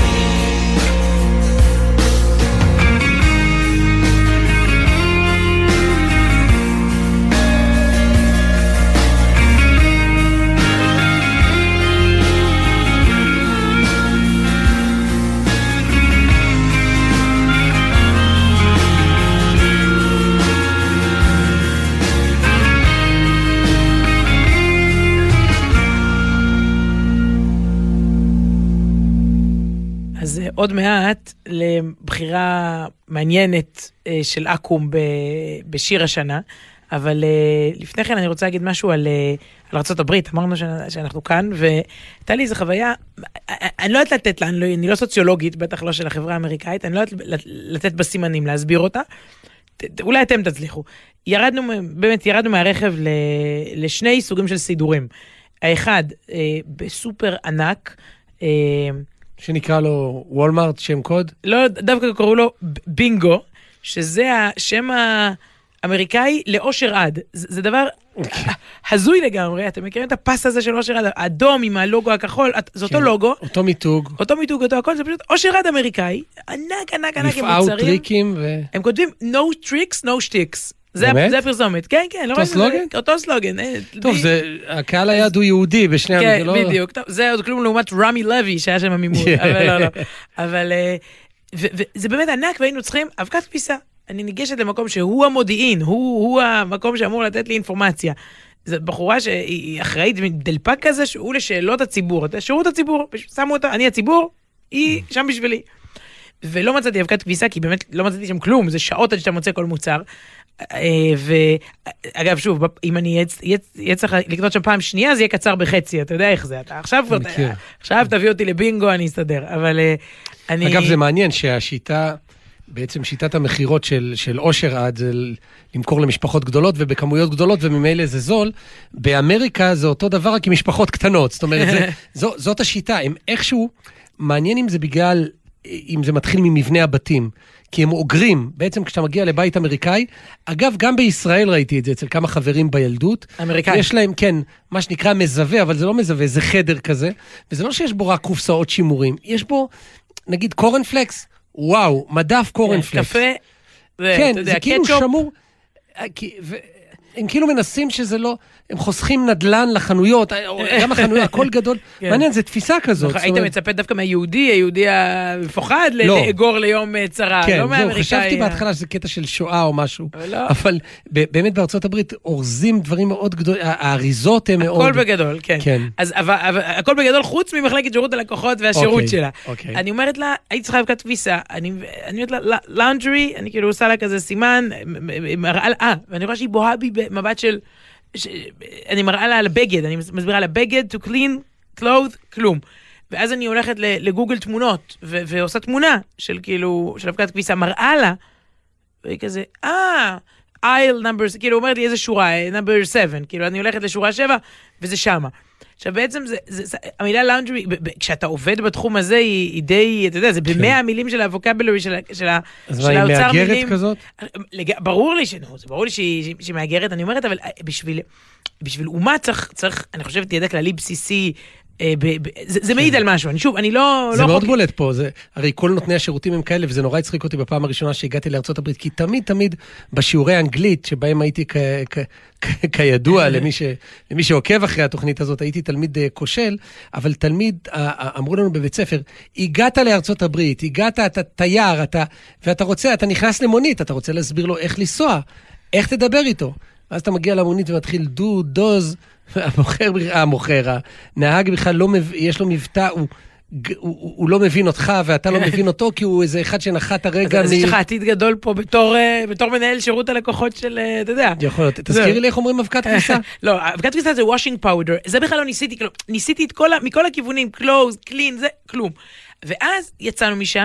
אז עוד מעט לבחירה מעניינת של אקו"ם בשיר השנה, אבל לפני כן אני רוצה להגיד משהו על ארצות הברית. אמרנו שאנחנו כאן, והייתה לי איזו חוויה, אני לא יודעת לתת לה, אני לא סוציולוגית, בטח לא של החברה האמריקאית, אני לא יודעת לתת בסימנים, להסביר אותה, אולי אתם תצליחו. ירדנו מהרכב לשני סוגים של סידורים. האחד, בסופר ענק, שנקרא לו וולמארט, שם קוד? לא, דווקא קראו לו בינגו, שזה השם האמריקאי לאושר עד. זה דבר הזוי לגמרי, אתם מכירים את הפס הזה של אושר עד, האדום עם הלוגו הכחול, זה אותו לוגו. אותו מיתוג. אותו מיתוג, אותו הכל, זה פשוט אושר עד אמריקאי, ענק, ענק, ענק, הם מוצרים. טריקים הם כותבים no tricks, no sticks. זה הפרסומת, כן, כן. אותו סלוגן? אותו סלוגן. טוב, הקהל היד הוא יהודי בשני המדינות. כן, בדיוק. זה עוד כלום לעומת רמי לוי, שהיה שם המימון. אבל לא, לא. אבל זה באמת ענק, והיינו צריכים אבקת כביסה. אני ניגשת למקום שהוא המודיעין, הוא המקום שאמור לתת לי אינפורמציה. זו בחורה שהיא אחראית מדלפק כזה, שהוא לשאלות הציבור, שירות הציבור, שמו אותה, אני הציבור, היא שם בשבילי. ולא מצאתי אבקת כביסה, כי באמת לא מצאתי שם כלום, זה שעות עד שאתה מוצא כל מוצר. ואגב, שוב, אם אני אצטרך לקנות שם פעם שנייה, זה יהיה קצר בחצי, אתה יודע איך זה, עכשיו תביא אותי לבינגו, אני אסתדר, אבל אני... אגב, זה מעניין שהשיטה, בעצם שיטת המחירות של אושר עד, זה למכור למשפחות גדולות ובכמויות גדולות, וממילא זה זול, באמריקה זה אותו דבר רק עם משפחות קטנות, זאת אומרת, זאת השיטה, הם איכשהו, מעניין אם זה בגלל, אם זה מתחיל ממבנה הבתים, כי הם אוגרים, בעצם כשאתה מגיע לבית אמריקאי, אגב, גם בישראל ראיתי את זה, אצל כמה חברים בילדות. אמריקאי. יש להם, כן, מה שנקרא מזווה, אבל זה לא מזווה, זה חדר כזה, וזה לא שיש בו רק קופסאות שימורים, יש בו, נגיד, קורנפלקס, וואו, מדף קורנפלקס. קפה, כן, זה כאילו שמור, הם כאילו מנסים שזה לא, הם חוסכים נדלן לחנויות, גם החנויות, הכל גדול, מעניין, זה תפיסה כזאת. היית מצפה דווקא היהודי המפוחד, לאגור ליום צרה, לא מהאמריקאי. חשבתי בהתחלה שזה קטע של שואה או משהו, אבל באמת בארצות הברית אורזים דברים מאוד גדולים, האריזות הן מאוד... הכל בגדול, כן. אז הכל בגדול חוץ ממחלקת שירות הלקוחות והשירות שלה. אני אומרת לה, היית צריכה אבקת כביסה, אני אומרת לה, לאונדרי, אני כאילו עושה לה כזה סימן, ואני רואה שהיא בוהה בי במבט של... אני מראה לה על הבגד, אני מסבירה על הבגד, to clean, clothes, כלום. ואז אני הולכת לגוגל תמונות, ועושה תמונה של כאילו, של אבקת כביסה, מראה לה, והיא כזה, aisle number, כאילו אומרת לי איזה שורה, number 7, כאילו אני הולכת לשורה 7, וזה שמה. עכשיו בעצם המילה לאונדרי, כשאתה עובד בתחום הזה, היא די, אתה יודע, זה ב100 המילים של הווקבולרי של האוצר מילים. אז מה, היא מאגרת כזאת? ברור לי שהיא מאגרת, אני אומרת, אבל בשביל אומה צריך, אני חושבת, ידע כללי בסיסי, זה מעיד על משהו, אני לא... זה מאוד בולט פה, הרי כל נותני השירותים הם כאלה, וזה נורא הצחיק אותי בפעם הראשונה שהגעתי לארצות הברית, כי תמיד בשיעורי האנגלית, שבהם הייתי כידוע למי שעוקב אחרי התוכנית הזאת, הייתי תלמיד כושל, אבל תלמיד, אמרו לנו בבית ספר, הגעת לארצות הברית, אתה תייר, ואתה רוצה, אתה נכנס למונית, אתה רוצה להסביר לו איך לנסוע, איך תדבר איתו. אז אתה מגיע למונית ומתחיל דוז, המוכר, הנהג בכלל לא יש לו מבטא, הוא לא מבין אותך ואתה לא מבין אותו, כי הוא איזה אחד שנחת הרגע. אז יש לך עתיד גדול פה בתור מנהל שירות הלקוחות של, אתה יודע. יכול להיות, תזכירי לי איך אומרים אבקת כביסה. לא, אבקת כביסה זה washing powder, זה בכלל לא ניסיתי, ניסיתי מכל הכיוונים, close, clean, זה כלום. ואז יצאנו משם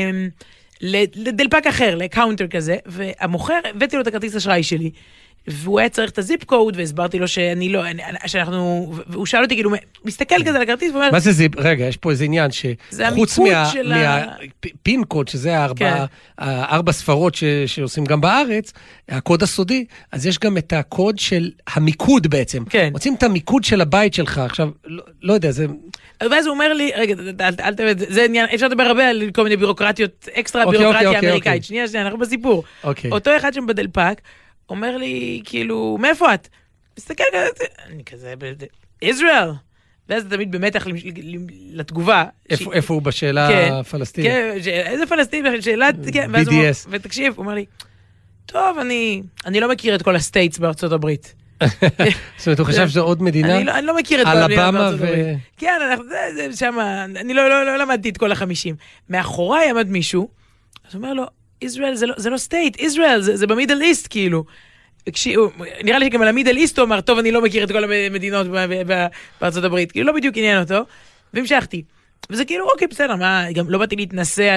לדלפק אחר, לקאונטר כזה, והמוכר, הבאתי לו את הכרטיס אשראי שלי, והוא היה צריך את הזיפ קוד, והסברתי לו שאני לא, והוא שאל אותי, כאילו, מסתכל כזה על הכרטיס, ואומר... מה זה זיפ? רגע, יש פה איזה עניין שחוץ מהפין קוד, שזה הארבע ספרות שעושים גם בארץ, הקוד הסודי, אז יש גם את הקוד של המיקוד בעצם. רוצים את המיקוד של הבית שלך, עכשיו, לא יודע, זה... ואז הוא אומר לי, רגע, זה עניין, אפשר לדבר הרבה על כל מיני בירוקרטיות, אקסטרה בירוקרטיה אמריקאית. שנייה, אנחנו בסיפור. אותו אחד שם בדלפק, אומר לי, כאילו, מאיפה את? מסתכל כזה, אני כזה, ישראל. ואז זה תמיד במתח לתגובה. איפה הוא בשאלה הפלסטינית? כן, איזה פלסטינית? שאלת, BDS. ותקשיב, הוא אומר לי, טוב, אני לא מכיר את כל הסטייטס בארצות הברית. זאת אומרת, הוא חשב שזו עוד מדינה? אני לא מכיר את כל המדינה בארצות הברית. כן, זה שם, אני לא למדתי את כל 50. מאחוריי עמד מישהו, אז הוא אומר לו, ישראל זה לא סטייט, ישראל זה במידל איסט כאילו. נראה לי שגם על המידל איסט הוא אמר, טוב אני לא מכיר את כל המדינות בארצות הברית, כאילו לא בדיוק עניין אותו, והמשכתי. וזה כאילו אוקיי בסדר, גם לא באתי להתנסה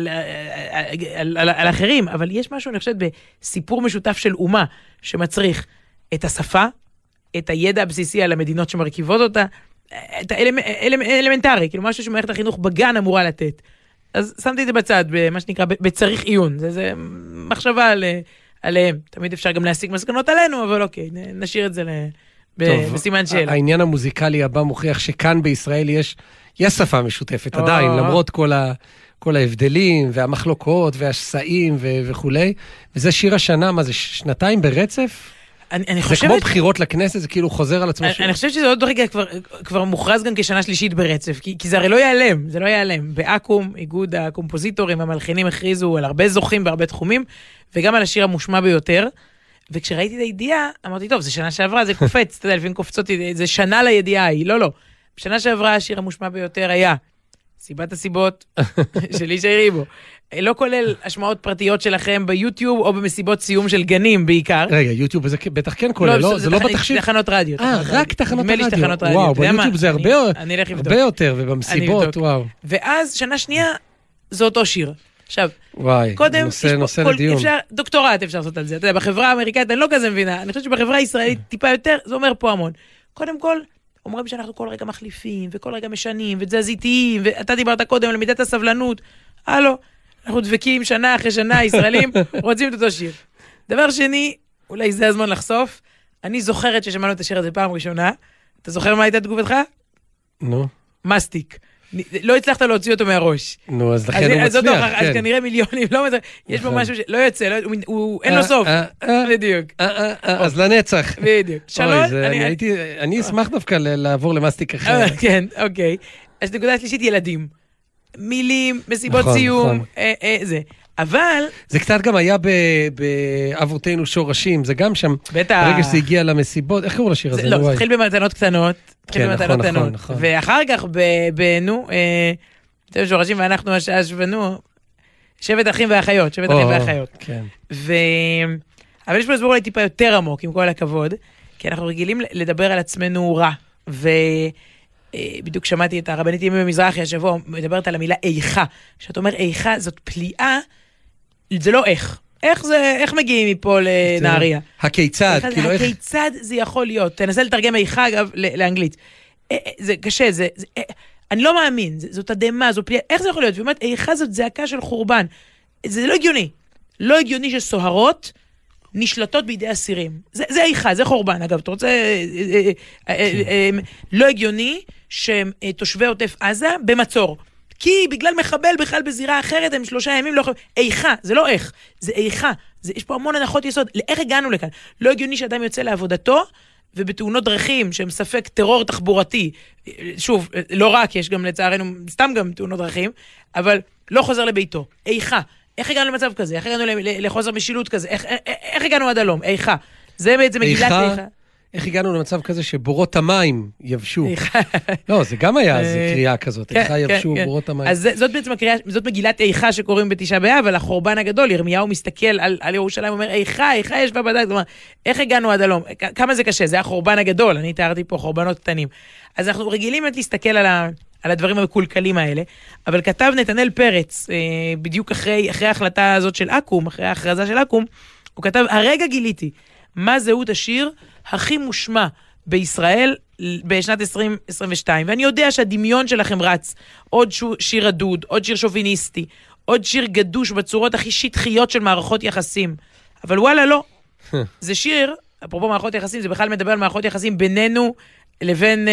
על אחרים, אבל יש משהו אני חושבת בסיפור משותף של אומה, שמצריך את השפה, את הידע הבסיסי על המדינות שמרכיבות אותה, את האלמנטרי, כאילו משהו שמערכת החינוך בגן אמורה לתת. אז שמתי את זה בצד, במה שנקרא, בצריך עיון. זה מחשבה עליהם. תמיד אפשר גם להסיק מסקנות עלינו, אבל אוקיי, נשאיר את זה בסימן שאלה. העניין המוזיקלי הבא מוכיח שכאן בישראל יש שפה משותפת עדיין, למרות כל ההבדלים והמחלוקות והשסעים וכולי. וזה שיר השנה, מה זה, שנתיים ברצף? זה כמו בחירות לכנסת, זה כאילו חוזר על עצמו. אני חושבת שזה עוד רגע כבר מוכרז גם כשנה שלישית ברצף, כי זה הרי לא ייעלם, זה לא ייעלם. באקום, איגוד הקומפוזיטורים, המלחינים הכריזו על הרבה זוכים בהרבה תחומים, וגם על השיר המושמע ביותר, וכשראיתי את הידיעה, אמרתי, טוב, זה שנה שעברה, זה קופץ, אתה יודע, לפעמים קופצות, זה שנה לידיעה היא, לא. בשנה שעברה השיר המושמע ביותר היה סיבת הסיבות של ישי ריבו. לא כולל השמעות פרטיות שלכם ביוטיוב, או במסיבות סיום של גנים בעיקר. רגע, יוטיוב זה בטח כן כולל, לא? זה לא בתחשיב? תחנות רדיו. רק תחנות נדמה לי שתחנות רדיו. וואו, ביוטיוב זה הרבה יותר, ובמסיבות, וואו. ואז שנה שנייה, זה אותו שיר. עכשיו, וואי, קודם, נושא לדיון. דוקטורט אפשר לעשות על זה. אתה יודע, בחברה האמריקאית, אני לא כזה מבינה, אני חושבת שבחברה הישראלית טיפה יותר, זה אומר פה המון. קודם כל, אומרים שאנחנו כל רגע מחליפים, וכל רגע משנים, ותזזיתיים, ואתה דיברת קודם על מידת הסבלנות. הלו, אנחנו דבקים שנה אחרי שנה, ישראלים, רוצים את אותו שיר. דבר שני, אולי זה הזמן לחשוף, אני זוכרת ששמענו את השיר הזה פעם ראשונה. אתה זוכר מה הייתה תגובתך? נו. מסטיק. לא הצלחת להוציא אותו מהראש. נו, אז לכן הוא מצליח, כן. אז כנראה מיליונים, לא מצליח. יש פה משהו שלא יוצא, אין לו סוף. בדיוק. אז לנצח. בדיוק. שלוש, אני אשמח דווקא לעבור למסטיק אחר. כן, אוקיי. אז נקודה שלישית, ילדים. מילים, מסיבות סיום, זה. אבל... זה קצת גם היה באבותינו שורשים, זה גם שם, בטח. ברגע שזה הגיע למסיבות, איך קראו לשיר הזה? לא, התחיל במתנות קטנות. כן, נכון. ואחר כך בנו, אתם שורשים ואנחנו השבנו, שבט אחים ואחיות, כן. אבל יש פה הסבור אולי טיפה יותר עמוק, עם כל הכבוד, כי אנחנו רגילים לדבר על עצמנו רע, בדיוק שמעתי את הרבנית ימי במזרחי השבוע, מדברת על המילה איכה. כשאת אומר איכה, זאת פליאה, זה לא איך. איך מגיעים מפה לנהריה? הכיצד, כאילו איך... הכיצד זה יכול להיות. תנסה לתרגם איכה, אגב, לאנגלית. זה קשה, אני לא מאמין, זאת אדמה, זאת פליאה. איך זה יכול להיות? ואומרת, איכה זאת זעקה של חורבן. זה לא הגיוני. לא הגיוני שסוהרות נשלטות בידי אסירים. זה איכה, זה חורבן. אגב, אתה רוצה... לא הגיוני שתושבי עוטף עזה במצור. כי בגלל מחבל בכלל בזירה אחרת, הם 3 ימים לא יכולים... איכה, זה לא איך, זה איכה. יש פה המון הנחות יסוד. לאיך הגענו לכאן? לא הגיוני שאדם יוצא לעבודתו, ובתאונות דרכים, שהם ספק טרור תחבורתי, שוב, לא רק, יש גם לצערנו, סתם גם תאונות דרכים, אבל לא חוזר לביתו. איכה. איך הגענו למצב כזה? איך הגענו לחוזר משילות כזה? איך הגענו עד הלום? איכה. זה בעצם מגילת איכה. איך הגענו למצב כזה שבורות המים יבשו? לא, זה גם היה איזו קריאה כזאת. איכה יבשו בורות המים. אז זאת בעצם הקריאה, זאת מגילת איכה שקוראים בתשעה באב, על החורבן הגדול. ירמיהו מסתכל על ירושלים, אומר, איכה ישבה בדד. זאת אומרת, איך הגענו עד הלום? כמה זה קשה? זה החורבן הגדול. אני תיארתי פה חורבנות קטנים. אז אנחנו רגילים להסתכל על הדברים המקולקלים האלה, אבל כתב נתנאל פרץ, בדיוק אחרי ההחלטה הזאת של אקו"ם, אחרי ההכרזה של אקו"ם, הוא כתב, הרגע גיליתי מה זהות השיר הכי מושמע בישראל בשנת 2022, ואני יודע שהדמיון שלכם רץ, עוד שיר עדוד, עוד שיר שוביניסטי, עוד שיר גדוש בצורות הכי שטחיות של מערכות יחסים, אבל וואלה לא, זה שיר, אפרופו מערכות יחסים, זה בכלל מדבר על מערכות יחסים בינינו לבין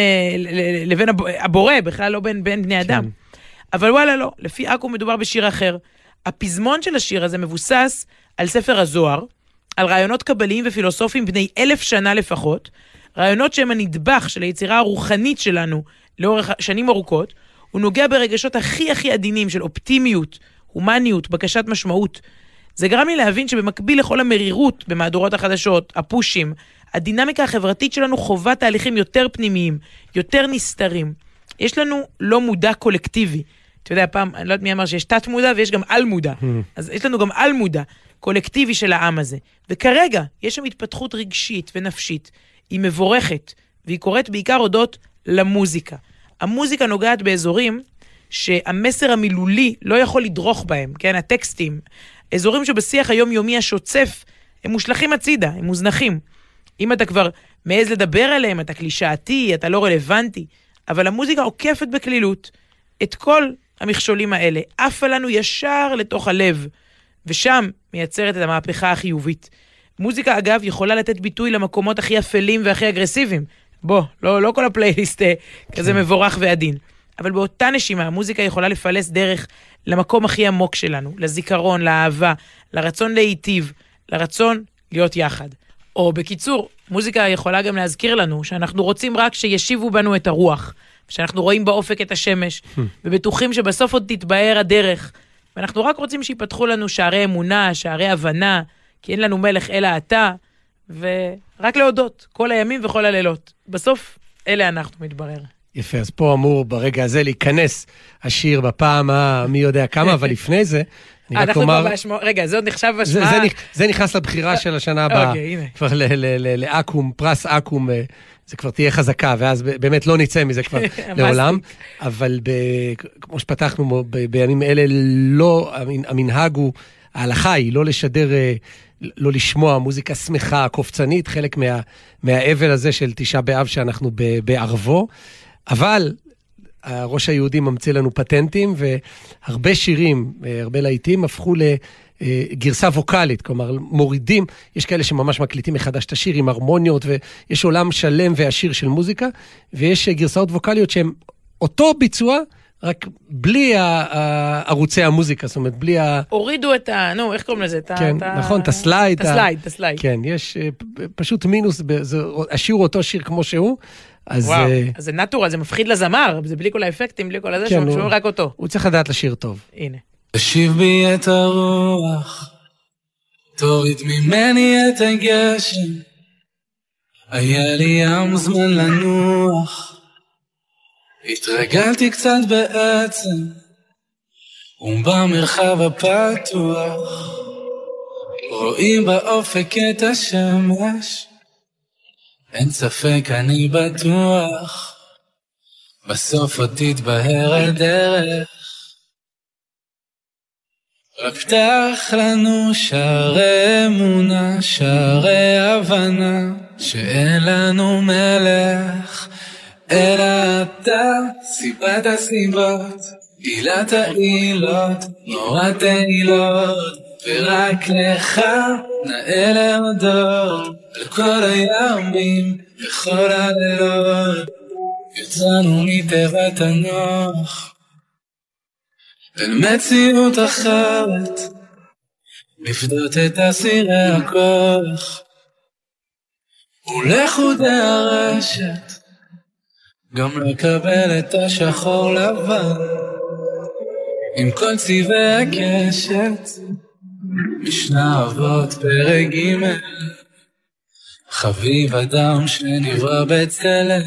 הבורא, בכלל לא בין בני אדם. אבל וואלה לא, לפי אקו"ם מדובר בשיר אחר. הפזמון של השיר הזה מבוסס על ספר הזוהר, על רעיונות קבליים ופילוסופיים בני 1000 שנה לפחות, רעיונות שהם הנדבך של היצירה הרוחנית שלנו לאורך שנים ארוכות, הוא נוגע ברגשות הכי עדינים של אופטימיות, הומניות, בקשת משמעות. זה גרם לי להבין שבמקביל לכל המרירות במהדורות החדשות, הפושים, הדינמיקה החברתית שלנו חובה תהליכים יותר פנימיים, יותר נסתרים. יש לנו לא מודע קולקטיבי. אתה יודע, פעם, אני לא יודעת מי אמר שיש תת מודע ויש גם על מודע. אז יש לנו גם על מודע קולקטיבי של העם הזה. וכרגע יש שם התפתחות רגשית ונפשית. היא מבורכת, והיא קוראת בעיקר הודות למוזיקה. המוזיקה נוגעת באזורים שהמסר המילולי לא יכול לדרוך בהם, כן? הטקסטים, אזורים שבשיח היומיומי השוצף, הם מושלכים הצידה, הם מוזנחים. אם אתה כבר מעז לדבר עליהם, אתה קלישאתי, אתה לא רלוונטי, אבל המוזיקה עוקפת בכלילות את כל המכשולים האלה, עפה לנו ישר לתוך הלב, ושם מייצרת את המהפכה החיובית. מוזיקה, אגב, יכולה לתת ביטוי למקומות הכי אפלים והכי אגרסיביים. בוא, לא כל הפלייליסט כזה מבורך ועדין. אבל באותה נשימה, המוזיקה יכולה לפלס דרך למקום הכי עמוק שלנו, לזיכרון, לאהבה, לרצון להיטיב, לרצון להיות יחד. או בקיצור, מוזיקה יכולה גם להזכיר לנו שאנחנו רוצים רק שישיבו בנו את הרוח, שאנחנו רואים באופק את השמש, ובטוחים שבסוף עוד תתבהר הדרך, ואנחנו רק רוצים שיפתחו לנו שערי אמונה, שערי הבנה, כי אין לנו מלך אלא אתה, ורק להודות, כל הימים וכל הלילות. בסוף, אלה אנחנו מתברר. יפה, אז פה אמור ברגע הזה להיכנס השיר בפעם מי יודע כמה, אבל לפני זה, אני רק אומר... רגע, זה עוד נחשב השמעה... זה נכנס לבחירה של השנה הבאה. אוקיי, הנה. כבר לאקום, פרס אקום, זה כבר תהיה חזקה, ואז באמת לא נצא מזה כבר לעולם. אבל כמו שפתחנו בימים אלה, לא, המנהג הוא, ההלכה היא לא לשדר... לא לשמוע מוזיקה שמחה, קופצנית, חלק מהאבל הזה של תשעה באב שאנחנו בערבו, אבל הראש היהודי ממציא לנו פטנטים, והרבה שירים, הרבה להיטים, הפכו לגרסה ווקלית, כלומר מורידים, יש כאלה שממש מקליטים מחדש את השיר עם הרמוניות, ויש עולם שלם ועשיר של מוזיקה, ויש גרסאות ווקליות שהן אותו ביצוע, רק בלי ערוצי המוזיקה, זאת אומרת, בלי הורידו את נו, איך קוראים לזה? כן, נכון, את הסלייד. את הסלייד. כן, יש פשוט מינוס, השיר אותו שיר כמו שהוא, אז... וואו, אז זה נטורל, זה מפחיד לזמר, זה בלי כל האפקטים, בלי כל הזה, שומעים רק אותו. הוא צריך לדעת לשיר טוב. הנה. תשיב בי את הרוח, תוריד ממני את הגשם, היה לי ים זמן לנוח, התרגלתי קצת בעצם, ובמרחב הפתוח, רואים באופק את השמש, אין ספק אני בטוח, בסוף עוד תתבהר הדרך, רק פתח לנו שערי אמונה, שערי הבנה, שאין לנו מלך, אלא אתה, סיבת הסיבות, עילת העילות, נורת העילות, ורק לך נאה להודות, על כל הימים וכל הלילות, יצאנו מתיבת הנוח, אל מציאות אחרת, לפדות את אסירי הכוח, ולחודי הרשת, גם לקבל את השחור לבן, עם כל צבעי הקשת, משנה אבות פרק ג' חביב אדם שנברא בצלם,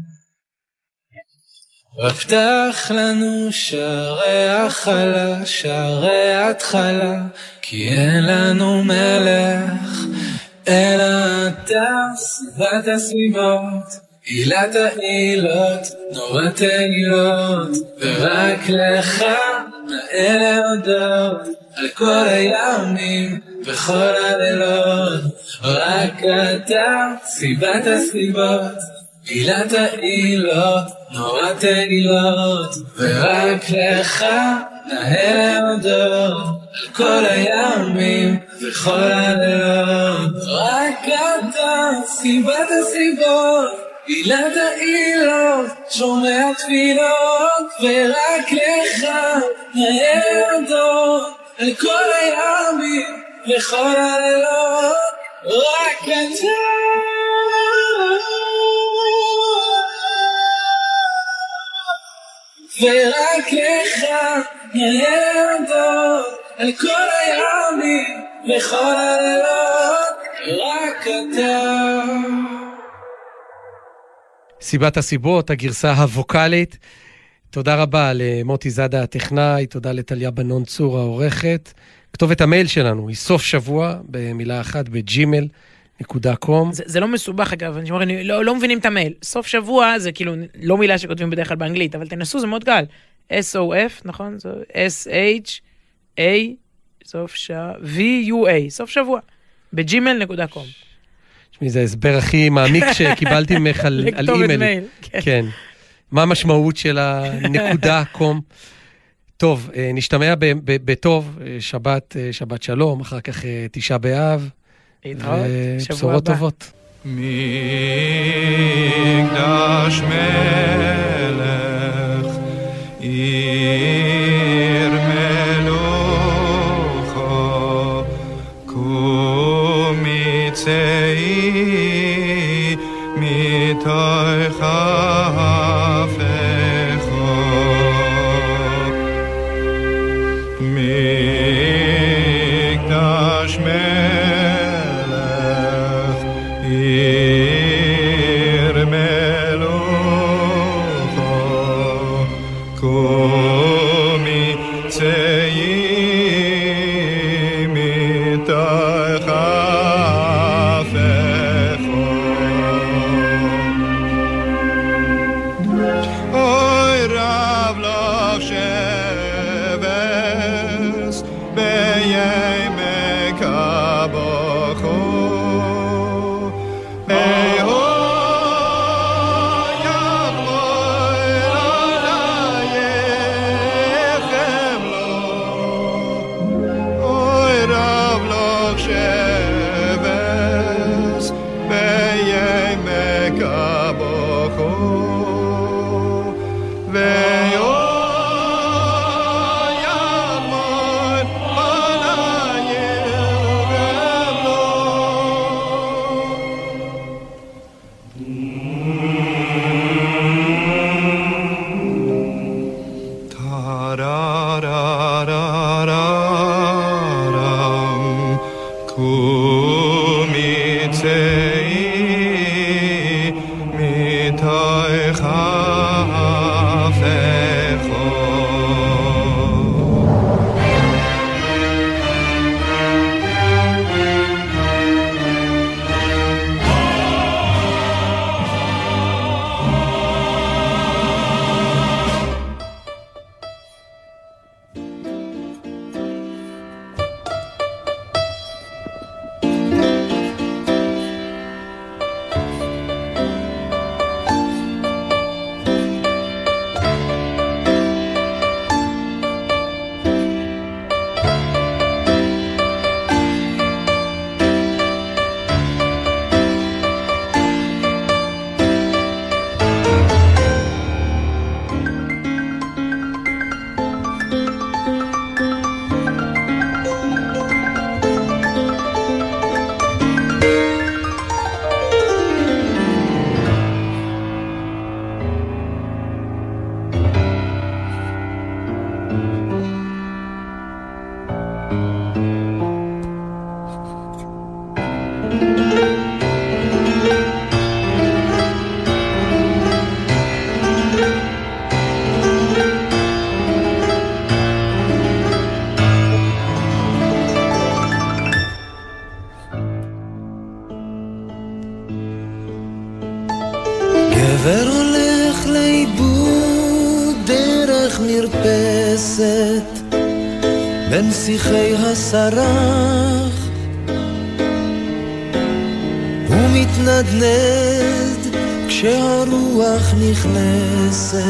ופתח לנו שערי החלה, שערי התחלה, כי אין לנו מלך, אלא אתה, סיבת הסיבות, עילת העילות, נורת העילות, ורק לך נאה להודות, על כל הימים וכל הלילות, רק אתה, סיבת הסיבות, עילת העילות, נורת העילות, ורק לך נאה להודות, על כל הימים וכל הלילות, רק אתה, סיבת הסיבות, עילת העילות, שומע תפילות, ורק לך נאה להודות, על כל הימים וכל הלילות, רק אתה. ורק לך נאה להודות, על כל הימים וכל הלילות, רק אתה. סיבת הסיבות, הגרסה הווקלית. תודה רבה למוטי זאדה הטכנאי, תודה לטליה בנון צור העורכת. כתובת המייל שלנו היא סוף שבוע, במילה אחת, ב@gmail.com. זה לא מסובך אגב, אני לא מבינים את המייל. סוף שבוע זה כאילו לא מילה שכותבים בדרך כלל באנגלית, אבל תנסו, זה מאוד קל. SOF, נכון? SHA, סוף VUA, סוף שבוע, ב@gmail.com. זה ההסבר הכי מעמיק שקיבלתי ממך על אימייל. כן. מה המשמעות של הנקודה קום? טוב, נשתמע בטוב, שבת שלום, אחר כך תשעה באב, ובשורות טובות. מקדש מלך, עיר מלוכו, קום מצאי מתוך הפכו, מקדש מלך, גבר הולך לאיבוד דרך מרפסת בין שיחי הסרח, הוא מתנדנד כשהרוח נכנסת,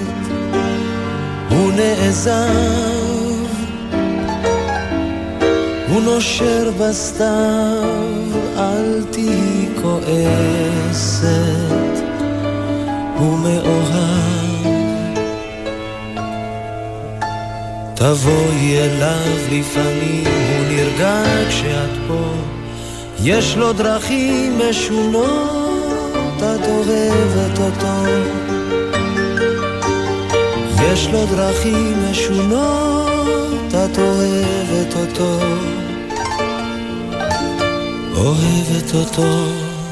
הוא נעזב, הוא נושר בסתיו, אל תהי כועסת, הוא מאוהב. תבואי אליו לפעמים, הוא נרגע כשאת פה, יש לו דרכים משונות, את אוהבת אותו. יש לו דרכים משונות, את אוהבת אותו, אוהבת אותו.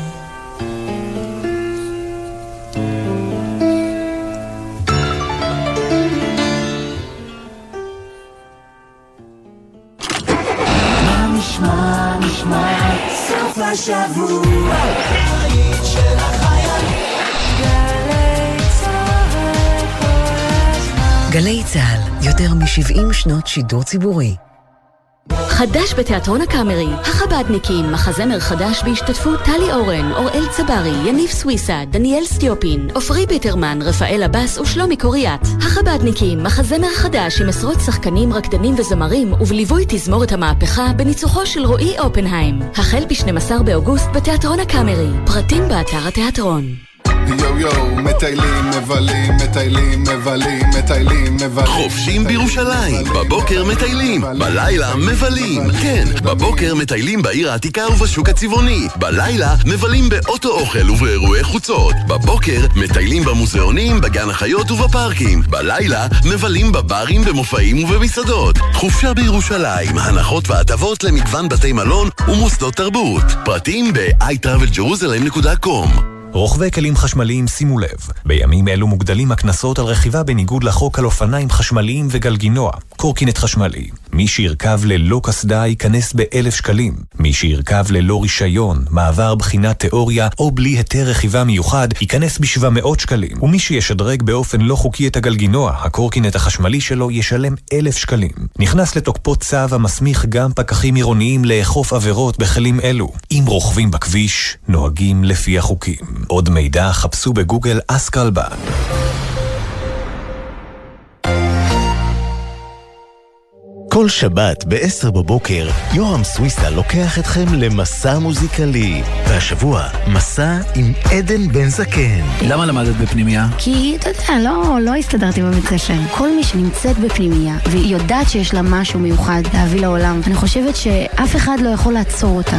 השבוע היית של החיילים גלי צהל כל הזמן. גלי צהל, יותר מ-70 שנות שידור ציבורי. חדש בתיאטרון הקאמרי, החבדניקים, מחזמר חדש בהשתתפות טלי אורן, אוראל צברי, יניב סוויסה, דניאל סטיופין, עופרי ביטרמן, רפאל אבס ושלומי קוריאט. החבדניקים, מחזמר חדש עם עשרות שחקנים, רקדנים וזמרים, ובליווי תזמורת המהפכה בניצוחו של רועי אופנהיים. החל ב-12 באוגוסט בתיאטרון הקאמרי. פרטים באתר התיאטרון. יו יו, מטיילים, מבלים, מטיילים, מבלים, מטיילים, מבלים. חופשים בירושלים, בבוקר מטיילים, בלילה מבלים. כן, בבוקר מטיילים בעיר העתיקה ובשוק הצבעוני. בלילה מבלים באוטו אוכל ובאירועי חוצות. בבוקר מטיילים במוזיאונים, בגן החיות ובפארקים. בלילה מבלים בברים, במופעים ובמסעדות. חופשה בירושלים, הנחות והטבות למגוון בתי מלון ומוסדות תרבות. פרטים ב-iTravelJerusalem.com. רוכבי כלים חשמליים, שימו לב, בימים אלו מוגדלים הכנסות על רכיבה בניגוד לחוק על אופניים חשמליים וגלגינוע, קורקינט חשמלי. מי שירכב ללא קסדה ייכנס ב1,000 שקלים. מי שירכב ללא רישיון, מעבר בחינת תיאוריה או בלי היתר רכיבה מיוחד, ייכנס ב700 שקלים. ומי שישדרג באופן לא חוקי את הגלגינוע, הקורקינט החשמלי שלו ישלם 1,000 שקלים. נכנס לתוקפו צו המסמיך גם פקחים עירוניים לאכוף עבירות בכלים אלו. אם רוכבים בכביש, נוהגים לפי החוקים. עוד מידע חפשו בגוגל אסקלבה. כל שבת ב-10 בבוקר יורם סוויסה לוקח אתכם למסע מוזיקלי, והשבוע מסע עם עדן בן זקן. למה למדת בפנימיה? כי אתה יודע, לא הסתדרתי בבית ספר. כל מי שנמצאת בפנימיה והיא יודעת שיש לה משהו מיוחד להביא לעולם, אני חושבת שאף אחד לא יכול לעצור אותה.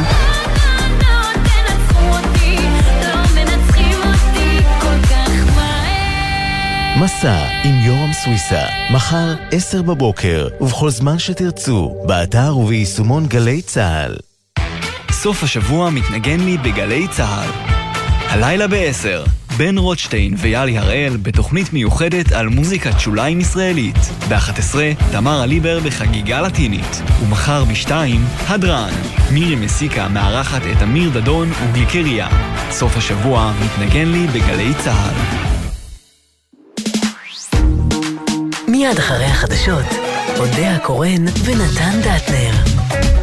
מסע עם יורם סוויסה, מחר 10 בבוקר, ובכל זמן שתרצו, באתר וביישומון גלי צהל. סוף השבוע מתנגן לי בגלי צהל. הלילה ב-10, בן רוטשטיין ויאלי הראל בתוכנית מיוחדת על מוזיקת שוליים ישראלית. ב-11, תמרה ליבר בחגיגה לטינית. ומחר ב-2, הדרן. מירי מסיקה מארחת את אמיר דדון וגליקריה. סוף השבוע מתנגן לי בגלי צהל. מיד אחרי החדשות, אודיה קורן ונתן דטנר.